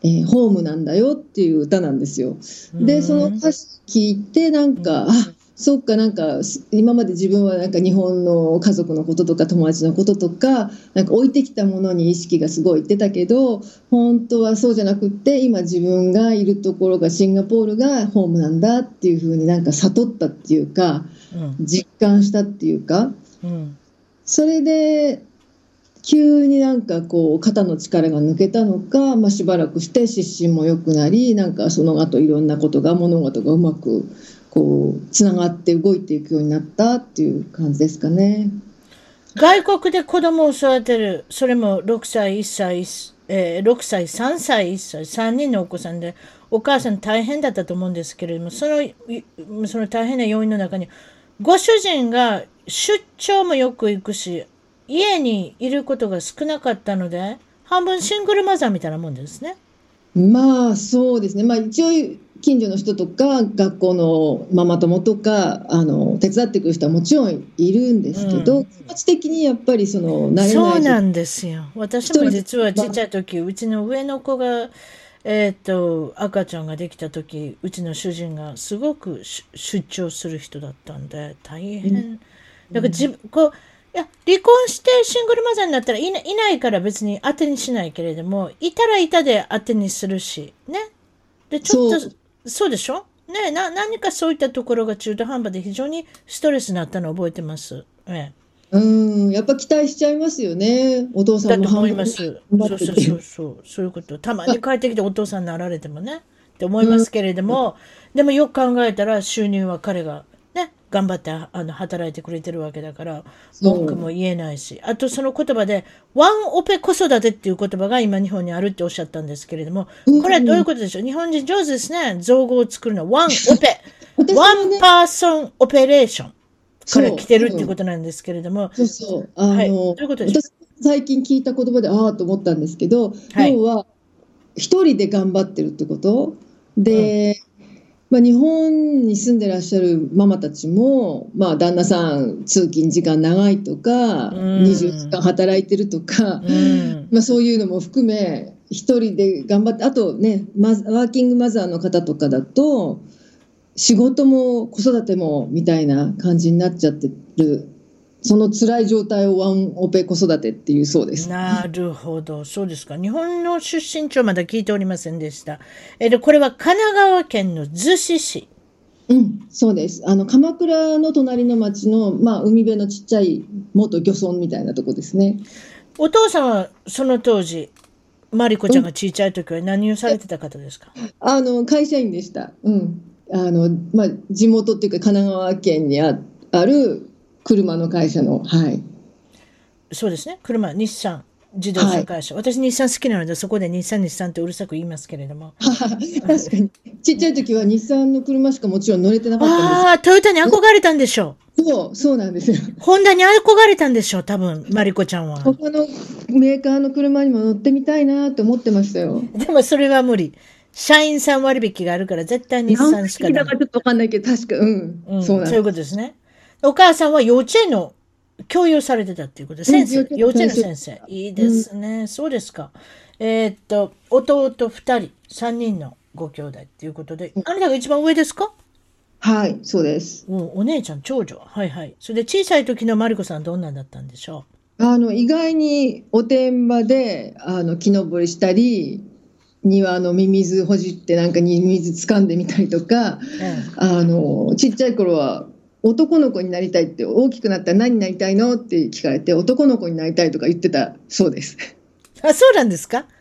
ホームなんだよっていう歌なんですよ。でその歌詞聞いてなんか、そっか、なんか今まで自分はなんか日本の家族のこととか友達のこととかなんか置いてきたものに意識がすごいいってたけど、本当はそうじゃなくって今自分がいるところがシンガポールがホームなんだっていうふうになんか悟ったっていうか、実感したっていうか、それで急になんかこう肩の力が抜けたのか、しばらくして失神も良くなり、なんかその後いろんなことが物事がうまくこうつながって動いていくようになったっていう感じですかね。 外国で子供を育てる、それも6歳、1歳、6歳、3歳、1歳、3人のお子さんで、お母さん大変だったと思うんですけれども、その大変な要因の中に、ご主人が出張もよく行くし、家にいることが少なかったので、半分シングルマザーみたいなもんですね。 そうですね。一応近所の人とか学校のママ友とか手伝ってくる人はもちろんいるんですけど、気持ち的にやっぱり慣れない。 そうなんですよ。私も実はちっちゃい時、うちの上の子が赤ちゃんができた時、うちの主人がすごく出張する人だったんで大変。だから離婚してシングルマザーになったらいないから別に当てにしないけれども、いたらいたで当てにするしね。でちょっとそうでしょね。何かそういったところが中途半端で非常にストレスになったのを覚えてます。やっぱ期待しちゃいますよね。お父さんもだと思います。そういうこと。たまに帰ってきてお父さんになられてもねって思いますけれども、でもよく考えたら収入は彼が頑張って働いてくれてるわけだから文句も言えないし、あとその言葉でワンオペ子育てっていう言葉が今日本にあるっておっしゃったんですけれども、これはどういうことでしょう。日本人上手ですね。造語を作るのワンオペワンパーソンオペレーションから来てるっていうことなんですけれども、どういうことでしょう。 私最近聞いた言葉でと思ったんですけど、要は一人で頑張ってるってことで、日本に住んでらっしゃるママたちも、旦那さん通勤時間長いとか、20時間働いてるとか、そういうのも含め一人で頑張って、あとねワーキングマザーの方とかだと仕事も子育てもみたいな感じになっちゃってる、その辛い状態をワンオペ子育てっていうそうです。 なるほど、そうですか。日本の出身地はまだ聞いておりませんでした。これは神奈川県の逗子市。 そうです。鎌倉の隣の町の、海辺のちっちゃい元漁村みたいなとこですね。 お父さんはその当時、マリコちゃんが小さい時は何をされてた方ですか？ 会社員でした。地元っていうか神奈川県にある車の会社の、 そうですね。日産自動車会社、私日産好きなのでそこで日産ってうるさく言いますけれども確かにちっちゃい時は日産の車しかもちろん乗れてなかったんです。 トヨタに憧れたんでしょう。そうなんですよ。 ホンダに憧れたんでしょう、多分マリコちゃんは。 他のメーカーの車にも乗ってみたいなと思ってましたよ。 でもそれは無理。社員さん割引があるから絶対日産しかだからちょっと分かんないけど確かそういうことですね。お母さんは幼稚園の教諭をされてたっていうことで、幼稚園の先生。いいですね。そうですか。弟2人、3人のご兄弟っていうことで、あなたが一番上ですか？ はい、そうです。 お姉ちゃん、長女。それで小さい時のマリコさんどんなんだったんでしょう？ 意外におてんばで木登りしたり、庭のミミズほじってなんかミミズ掴んでみたりとか、ちっちゃい頃は男の子になりたいって、大きくなったら何になりたいのって聞かれて男の子になりたいとか言ってたそうです。 そうなんですか？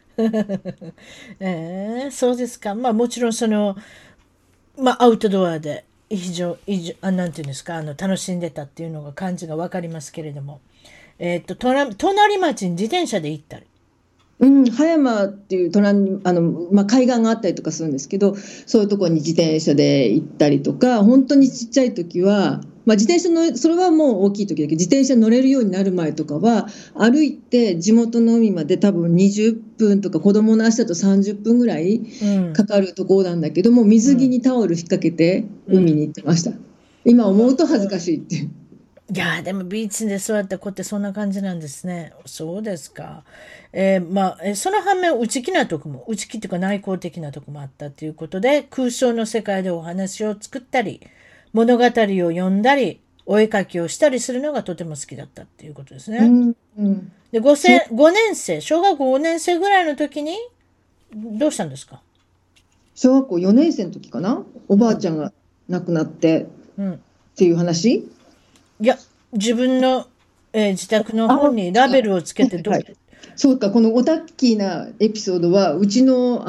そうですか。もちろんアウトドアでなんていうんですか、楽しんでたっていうのが感じが分かりますけれども、隣町に自転車で行ったり。 葉山っていう隣に海岸があったりとかするんですけど、そういうところに自転車で行ったりとか、本当にちっちゃい時は、自転車それはもう大きい時だけど、自転車乗れるようになる前とかは歩いて地元の海まで多分20分とか、子供の足だと30分ぐらいかかるところなんだけども、水着にタオル引っ掛けて海に行ってました。今思うと恥ずかしいっていう。 いやーでもビーチでそうやってこうやってそんな感じなんですね。そうですか。その反面内気なとこも、内気っていうか内向的なとこもあったということで、空想の世界でお話を作ったり、物語を読んだり、お絵描きをしたりするのがとても好きだったっていうことですね。 うんうん、 で、5年生、小学校5年生ぐらいの時に、どうしたんですか？ 小学校4年生の時かな、おばあちゃんが亡くなってうん。 っていう話。 いや、自分の、自宅のあ、 本にラベルをつけてはい、そうか、このオタッキーなエピソードは、うちの、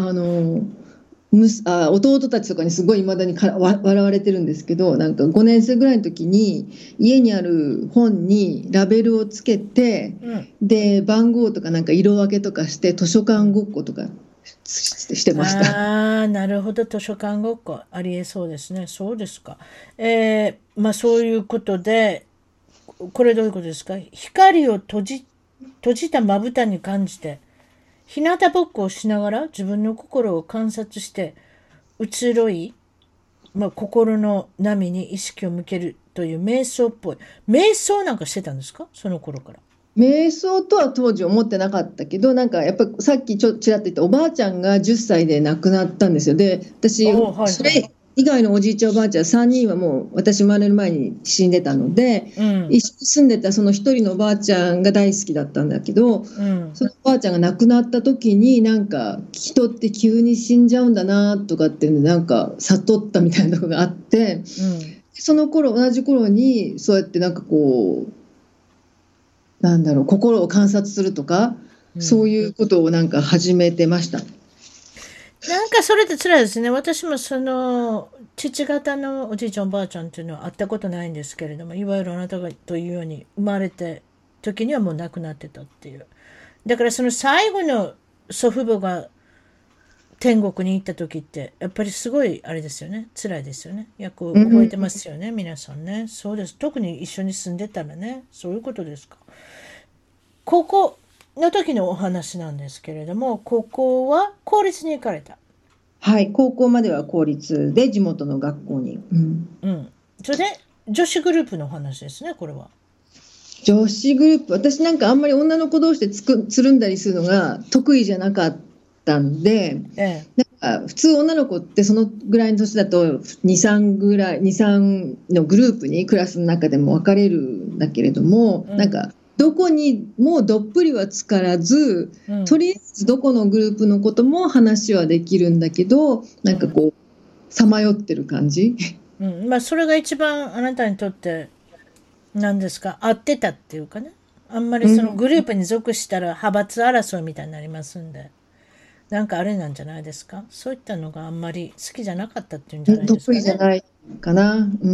弟たちとかにすごい未だに笑われてるんですけど、なんか5年生ぐらいの時に家にある本にラベルをつけて、 うん。 で番号とかなんか色分けとかして図書館ごっことかしてました。 ああ、なるほど。図書館ごっこ。ありえそうですね。そうですか。そういうことで、これどういうことですか？光を閉じたまぶたに感じて、日向ぼっこをしながら自分の心を観察して、移ろい、心の波に意識を向けるという瞑想っぽい。瞑想なんかしてたんですか？その頃から。 瞑想とは当時思ってなかったけど、なんかやっぱさっきちらっと言ったおばあちゃんが10歳で亡くなったんですよ。で、私、 おー、はいそはい。 れ以外のおじいちゃんおばあちゃん3人はもう私生まれる前に死んでたので、 うん、 一緒に住んでたその一人のおばあちゃんが大好きだったんだけど、 うん、 そのおばあちゃんが亡くなった時になんか人って急に死んじゃうんだなとかっていうのなんか悟ったみたいなのがあって、 うん、 その頃同じ頃にそうやってなんかこうなんだろう、心を観察するとか、 うん。 そういうことをなんか始めてました。 なんかそれって辛いですね。私もその父方のおじいちゃんおばあちゃんっていうのは会ったことないんですけれども、いわゆるあなたがというように生まれて時にはもう亡くなってたっていう。だからその最後の祖父母が天国に行った時ってやっぱりすごいあれですよね。辛いですよね。よくうん、 覚えてますよね、皆さんね。そうです。特に一緒に住んでたらね、そういうことですか。高校の時のお話なんですけれども、高校は公立に行かれた。 はい、高校までは公立で地元の学校に、うん、 うん。それで、女子グループの話ですね、これは。 女子グループ、私なんかあんまり女の子同士でつるんだりするのが得意じゃなかったんで、 ええ。 なんか普通女の子ってそのぐらいの年だと2、3ぐらい、2、3のグループにクラスの中でも分かれるんだけれども、 うん。 なんかどこにもどっぷりはつからず、 うん。 とりあえずどこのグループのことも話はできるんだけど、 うん。 なんかこう、さまよってる感じ。 うん。それが一番あなたにとって、何ですか、合ってたっていうかね。あんまりそのうん、 グループに属したら派閥争いみたいになりますんで。なんかあれなんじゃないですか。そういったのがあんまり好きじゃなかったっていうんじゃないです得かね。 意じゃないかな。うん。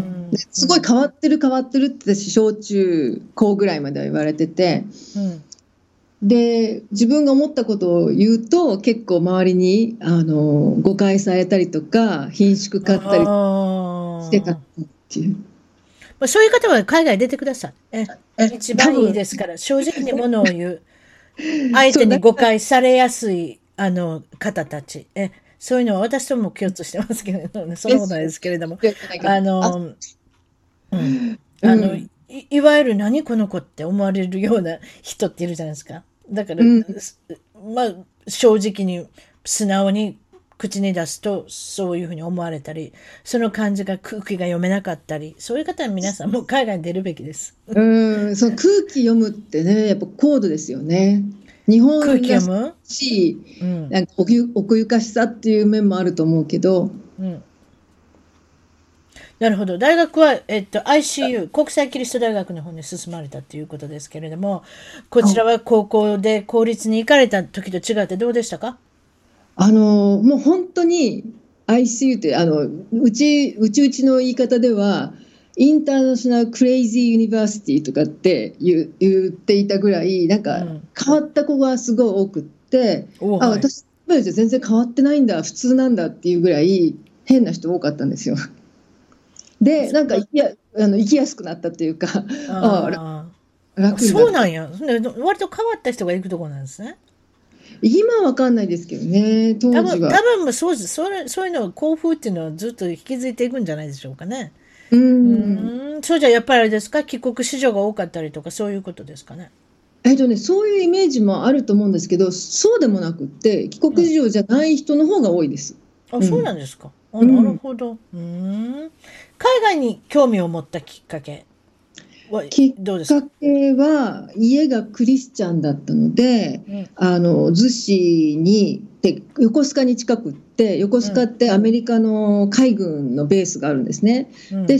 うん。うすごいん。 変わってるって私、小中高ぐらいまでは言われてて、 うん。 で、自分が思ったことを言うと、結構周りに、誤解されたりとか、顰蹙買ったりしてたっああ。 ていう。 そういう方は海外出てください。一番いい多分、 ですから、正直にものを言う。相そう、 手に誤解されやすい、方たち。そういうのは私とも共通してますけれどもね、そんなことないですけれども。あの、うん。 うん、 いわゆる何この子って思われるような人っているじゃないですか。だから、 うん、 まあ、正直に、素直に口に出すと、そういうふうに思われたり、その感じが空気が読めなかったり、そういう方は皆さんもう海外に出るべきです。 うん、その空気読むってね、やっぱ高度ですよね。日空本らし気読む。 い、 うん。 なんか奥ゆかしさっていう面もあると思うけど、 うん。なるほど。大学は、ICU、国際キリスト大学の方に進まれたということですけれども、こちらは高校で公立に行かれた時と違ってどうでしたか？ もう本当に ICU ってうちの言い方ではインターナショナルクレイジーユニバーシティとかって言っていたぐらいなんかうん。 変わった子がすごい多くって、あ、 はい。 私全然変わってないんだ、普通なんだっていうぐらい変な人多かったんですよ。で、なんか生きやすくなったっていうか、あ、 ああ、 楽になった。 そうなんや。割と変わった人が行くところなんですね。 今はわかんないですけどね、当時は。 多分そうです。そういうのを校風っていうのはずっと引き継いでいくんじゃないでしょうかね。 そうじゃやっぱりあれですか、帰国子女が多かったりとかそういうことですかね。 そういうイメージもあると思うんですけど、そうでもなくって、帰国子女じゃない人の方が多いです。 そうなうん。 んですか。なるうん。 ほど。海外に興味を持ったきっかけはきっかどうですか？ けは、家がクリスチャンだったので、 うん、 逗子で、横須賀に近くって、横須賀っうん、 てアメリカの海軍のベースがあるんですね。で、 うん。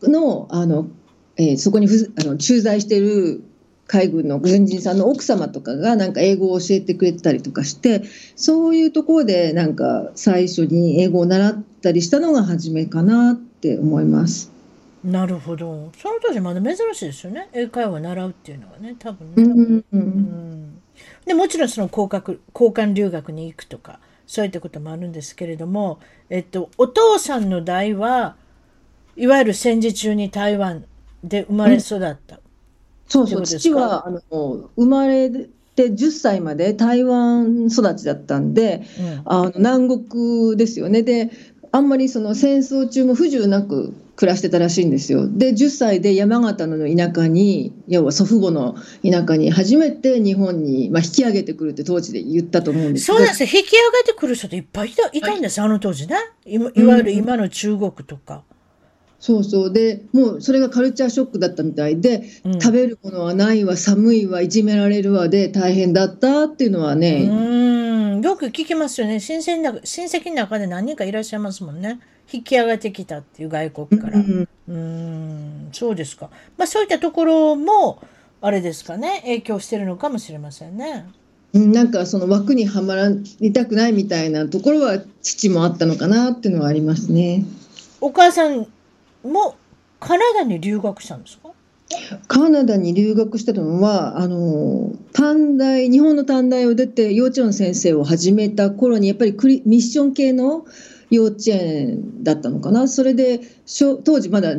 そこに駐在している海軍の軍人さんの奥様とかがなんか英語を教えてくれてたりとかして、そういうところでなんか最初に英語を習ったりしたのが初めかなって思います。 なるほど。その当時まだ珍しいですよね。英会話習うっていうのはね、多分ね。 うんうん。 で、もちろんその交換留学に行くとか、そういったこともあるんですけれども、お父さんの代は、いわゆる戦時中に台湾で生まれ育ったってそうそう、 ことですか？ 父は生まれて10歳まで台湾育ちだったんで、 うん。 南国ですよね。で、あんまりその戦争中も不自由なく暮らしてたらしいんですよ。で、10歳で山形の田舎に、要は祖父母の田舎に初めて日本に、引き上げてくるって当時で言ったと思うんですけど、 そうなんですよ。引き上げてくる人っていっぱいいたんです、あの当時ね。いわゆるうん、 今の中国とか。 そうそうで、もうそれがカルチャーショックだったみたいで、 うん。 食べるものはないわ、寒いわ、いじめられるわで大変だったっていうのはね。 よく聞きますよね。親戚の中で何人かいらっしゃいますもんね。引き上げてきたっていう外国うから。 ん、 そうですか。まあそういったところも、あれですかね、影響してるのかもしれませんね。 なんかその枠にはまりたくないみたいなところは父もあったのかなっていうのはありますね。 お母さんもカナダに留学したんですか？ カナダに留学してたのは日本の短大を出て幼稚園の先生を始めた頃にやっぱりミッション系の幼稚園だったのかな。それで当時まだ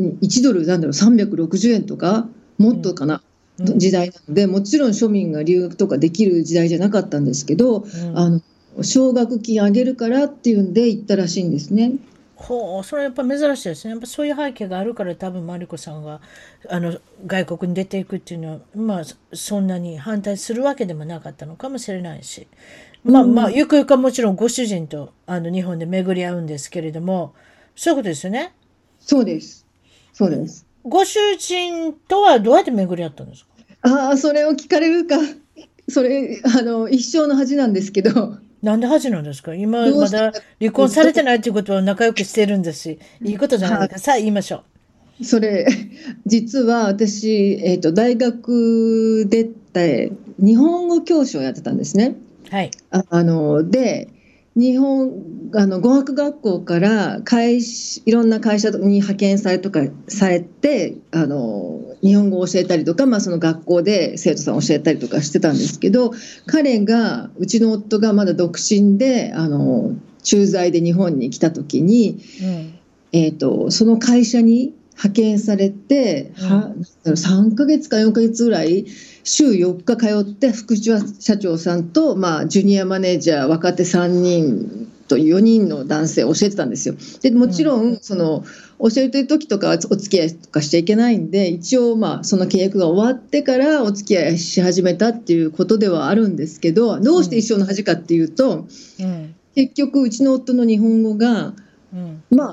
1ドルなんだろう360円とかもうん。 っとかなうん。 時代なので、もちろん庶民が留学とかできる時代じゃなかったんですけど、 うん。 あの奨学金あげるからっていうんで行ったらしいんですね。 ほう、それはやっぱ珍しいですね。やっぱそういう背景があるから多分マリコさんが外国に出ていくっていうのは、まあそんなに反対するわけでもなかったのかもしれないし。まあまあ、 うん、 ゆくゆくはもちろんご主人と日本で巡り合うんですけれども、そういうことですよね。 そうです。そうです。 ご主人とはどうやって巡り合ったんですか？ ああ、それを聞かれるか。それ、一生の恥なんですけど、 なんで恥なんですか？今どうしてまだか離というと、 婚されてないっていうことは仲良くしてるんですし、いいことじゃないですか。さあ言いましょそれ、実は私、大学出て、日本語教師をやってたんですね。 う。はい。 で、語学学校からいろんな会社に派遣されて、日本語を教えたりとか、その学校で生徒さんを教えたりとかしてたんですけど、うちの夫がまだ独身で、駐在で日本に来た時に、 うん。 その会社に派遣されて、 うん。 3ヶ月か4ヶ月ぐらい週4日通って副社長さんと、ジュニアマネージャー若手3人と4人の男性を教えてたんですよ。でもうん。 ちろんその教えてる時とかはお付き合いとかしちゃいけないんで、一応その契約が終わってからお付き合いし始めたっていうことではあるんですけど、どうしてうん。 一生の恥かっていうと、 うん。 結局うちの夫の日本語がうん。 まあ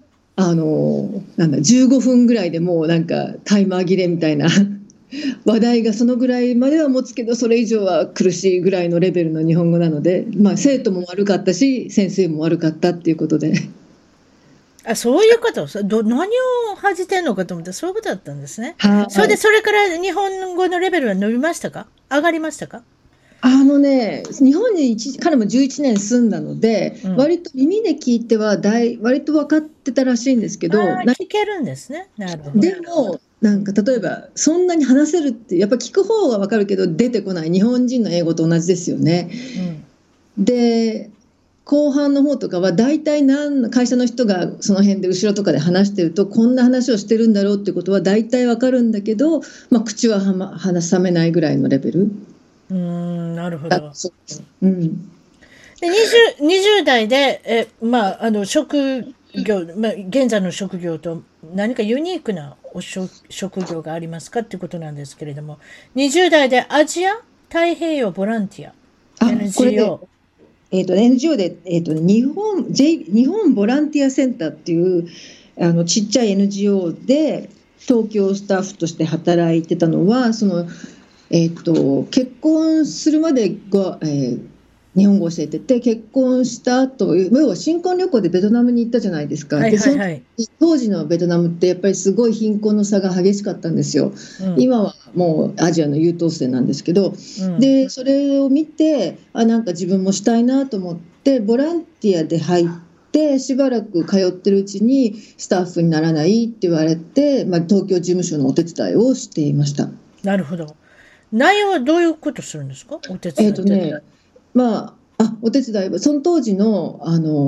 15分ぐらいでもうなんかタイマー切れみたいな話題がそのぐらいまでは持つけど、それ以上は苦しいぐらいのレベルの日本語なので、生徒も悪かったし先生も悪かったっていうことで。 あ、そういうこと。何を恥じてんのかと思ったらそういうことだったんですね。それで、 はい。 それから日本語のレベルは伸びましたか？上がりましたか？ 日本に彼も11年住んだので、 うん。 割と耳で聞いては割と分かってたらしいんですけど、 ああ、聞けるんですね。なるほど。 でもなんか例えばそんなに話せるってやっぱ聞く方が分かるけど出てこない、日本人の英語と同じですよね。 うん。 で、後半の方とかは大体会社の人がその辺で後ろとかで話してると、こんな話をしてるんだろうってことは大体わかるんだけど、口は話さめないぐらいのレベルなるほだど。 そうです。うん。 で、20代で、 現在の職業と何かユニークな職業がありますかっていうことなんですけれども、20代でアジア太平洋ボランティア、 これで、 NGO。 NGO で、日本ボランティアセンターっていうちっちゃい NGO で東京スタッフとして働いてたのは、結婚するまで日本語を教えてて、結婚した後、要は新婚旅行でベトナムに行ったじゃないですか。で当時のベトナムってやっぱりすごい貧困の差が激しかったんですよ。今はもうアジアの優等生なんですけど、でそれを見てなんか自分もしたいなと思ってボランティアで入ってしばらく通ってるうちにスタッフにならないって言われて、東京事務所のお手伝いをしていました。 なるほど。内容はどういうことするんですか？お手伝い。 お手伝いはその当時の、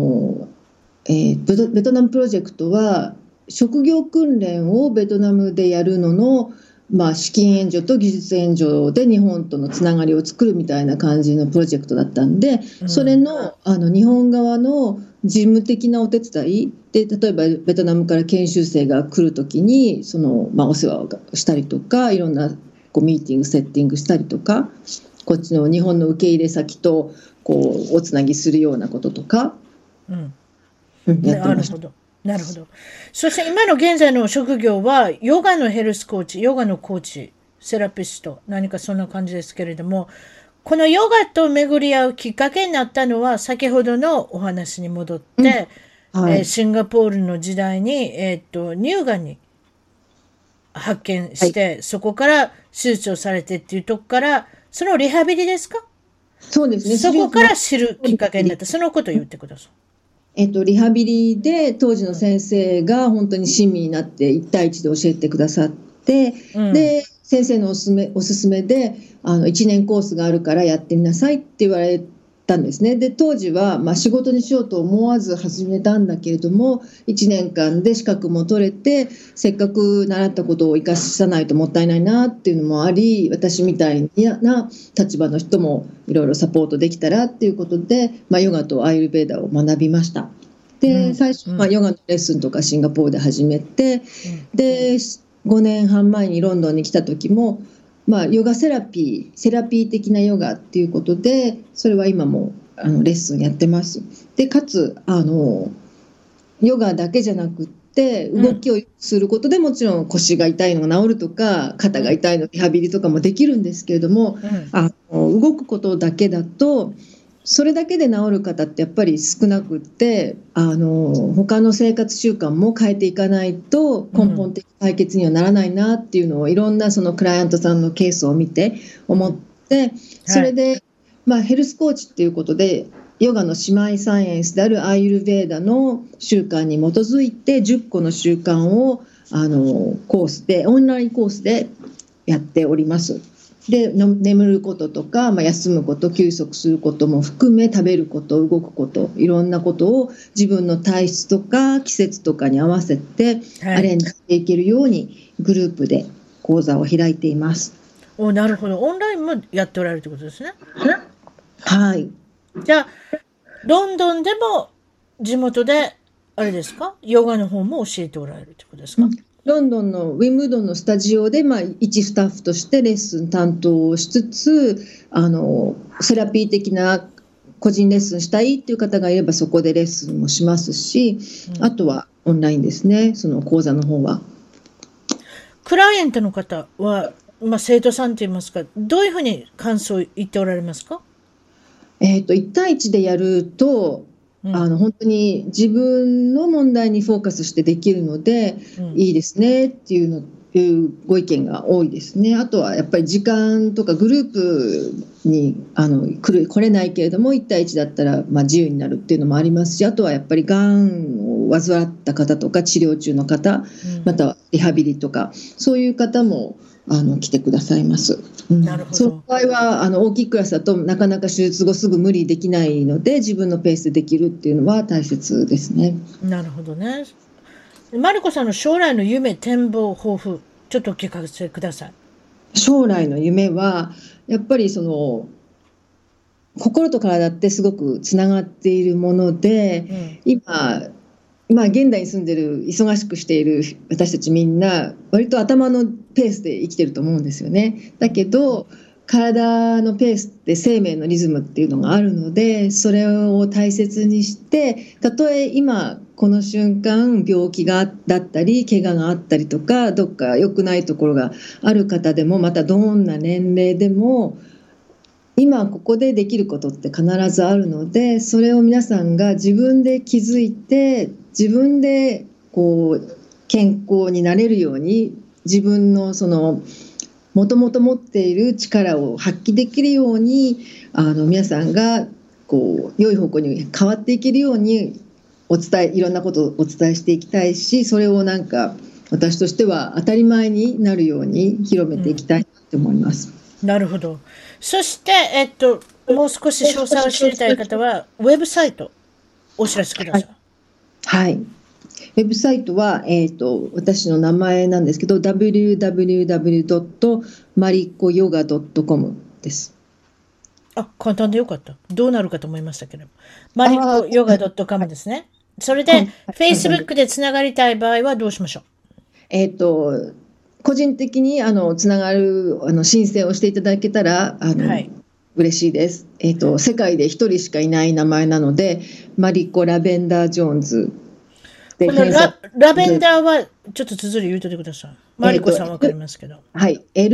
ベトナムプロジェクトは職業訓練をベトナムでやるのの、資金援助と技術援助で日本とのつながりを作るみたいな感じのプロジェクトだったんで、それの、日本側の事務的なお手伝いで、例えばベトナムから研修生が来るときにお世話をしたりとか、いろんなミーティングセッティングしたりとか、こっちの日本の受け入れ先とおつなぎするようなこととか、やってました。 なるほど。そして今の現在の職業はヨガのヘルスコーチ、ヨガのコーチ、セラピスト、何かそんな感じですけれども、このヨガと巡り合うきっかけになったのは先ほどのお話に戻って、シンガポールの時代に、乳がんに発見して、そこから手術をされてっていうとこから、そのリハビリですか？ そうですね。 そこから知るきっかけになった。そのことを言ってください。 リハビリで当時の先生が本当に親身になって1対1で教えてくださって、で先生のおすすめで1年コースがあるからやってみなさいって言われたんですね。で当時は、仕事にしようと思わず始めたんだけれども、1年間で資格も取れて、せっかく習ったことを生かさないともったいないなっていうのもあり、私みたいな立場の人もいろいろサポートできたらっていうことで、ヨガとアイルベーダを学びました。で最初、ヨガのレッスンとかシンガポールで始めて、で5年半前にロンドンに来た時も、ヨガセラピー的なヨガっていうことで、それは今もレッスンやってます。でかつヨガだけじゃなくって動きをすることで、もちろん腰が痛いのが治るとか肩が痛いのリハビリとかもできるんですけれども、動くことだけだとそれだけで治る方ってやっぱり少なくって、他の生活習慣も変えていかないと根本的解決にはならないなっていうのをいろんなそのクライアントさんのケースを見て思って、それで、ヘルスコーチっていうことでヨガの姉妹サイエンスであるアーユルヴェーダの習慣に基づいて10個の習慣をコースでオンラインコースでやっております。で眠ることとか、休むこと、休息することも含め、食べること、動くこと、いろんなことを自分の体質とか季節とかに合わせてアレンジしていけるようにグループで講座を開いています。 なるほど。オンラインもやっておられるということですね。 はい。 じゃあロンドンでも地元であれですか、ヨガの方も教えておられるということですか？ ロンドンのウィンブルドンのスタジオで、一スタッフとしてレッスン担当をしつつ、セラピー的な個人レッスンしたいっていう方がいればそこでレッスンもしますし、あとはオンラインですね、その講座の方は。 クライアントの方は、生徒さんといいますか、どういうふうに感想を言っておられますか ？1対1でやると本当に自分の問題にフォーカスしてできるので、いいですねっていうご意見が多いですね。あとはやっぱり時間とかグループに来れないけれども1対1だったら自由になるっていうのもありますし、あとはやっぱりがんを患った方とか治療中の方、またはリハビリとかそういう方も来てくださいます。 なるほど。 その場合は大きいクラスだとなかなか手術後すぐ無理できないので、自分のペースでできるっていうのは大切ですね。 なるほどね。マリコさんの将来の夢、展望、抱負、ちょっとお聞かせください。 将来の夢はやっぱり心と体ってすごくつながっているもので、今まあ現代に住んでる忙しくしている私たちみんな割と頭のペースで生きてると思うんですよね。だけど体のペースって生命のリズムっていうのがあるので、それを大切にして、たとえ今この瞬間病気だったり怪我があったりとかどっか良くないところがある方でも、またどんな年齢でも今ここでできることって必ずあるので、それを皆さんが自分で気づいて自分でこう健康になれるように、自分のそのもともと持っている力を発揮できるように、皆さんがこう良い方向に変わっていけるようにいろんなことをお伝えしていきたいし、それをなんか私としては当たり前になるように広めていきたいと思います。 なるほど。そして、もう少し詳細を知りたい方はウェブサイトお知らせください。 はい、ウェブサイトは、私の名前なんですけど www.marikoyoga.com です。 簡単でよかった。どうなるかと思いましたけど、マリコヨガ .com ですね。それで、Facebook でつながりたい場合はどうしましょう。個人的につながる申請をしていただけたら嬉しいです。世界で一人しかいない名前なので、マリコ・ラベンダー・ジョーンズで。 このラベンダーはちょっと綴り言うといてください。マリコさんわかりますけど。 はい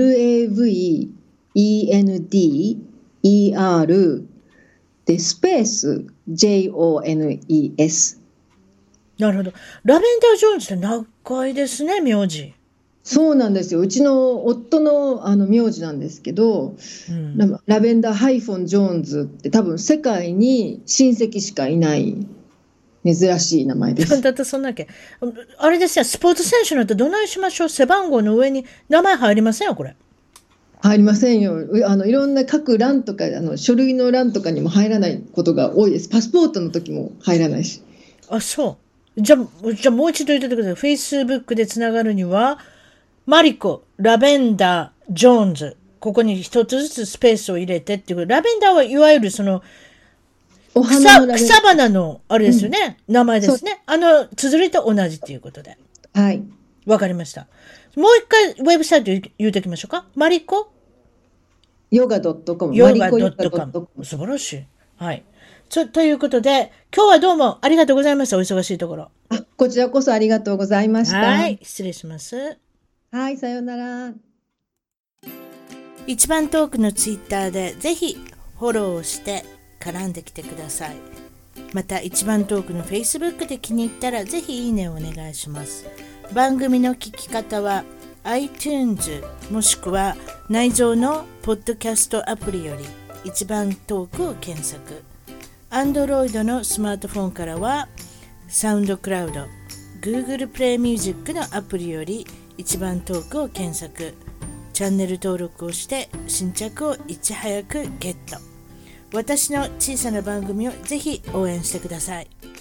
。LAVENDER でスペース JONES。 なるほど。ラベンダー・ジョーンズって長いですね、名字。 そうなんですよ。うちの夫の名字なんですけど、ラベンダー・ハイフォン・ジョーンズって多分世界に親戚しかいない珍しい名前です。 だってそんなけあれですよ、スポーツ選手なんてどないしましょう。背番号の上に名前入りませんよ、これ。 入りませんよ。いろんな各欄とか書類の欄とかにも入らないことが多いです。パスポートの時も入らないし。 そう。じゃあもう一度言っててください。Facebook でつながるにはマリコ、ラベンダー、ジョーンズ。ここに一つずつスペースを入れてっていう。ラベンダーはいわゆるその草花のあれですよね。名前ですね。綴りと同じっていうことで。 はい。 わかりました。もう一回ウェブサイト言うておきましょうか。マリコヨガ .com。 ヨガ .com。素晴らしい。はい。ということで、今日はどうもありがとうございました。お忙しいところ。 こちらこそありがとうございました。 はい。失礼します。 はい、さようなら。 一番トークのツイッターでぜひフォローをして絡んできてください。また一番トークの Facebook で気に入ったらぜひいいねをお願いします。番組の聞き方は iTunes もしくは内蔵のポッドキャストアプリより一番トークを検索。Android のスマートフォンからはサウンドクラウド、Google プレイミュージックのアプリより一番トークを検索。チャンネル登録をして新着をいち早くゲット。私の小さな番組をぜひ応援してください。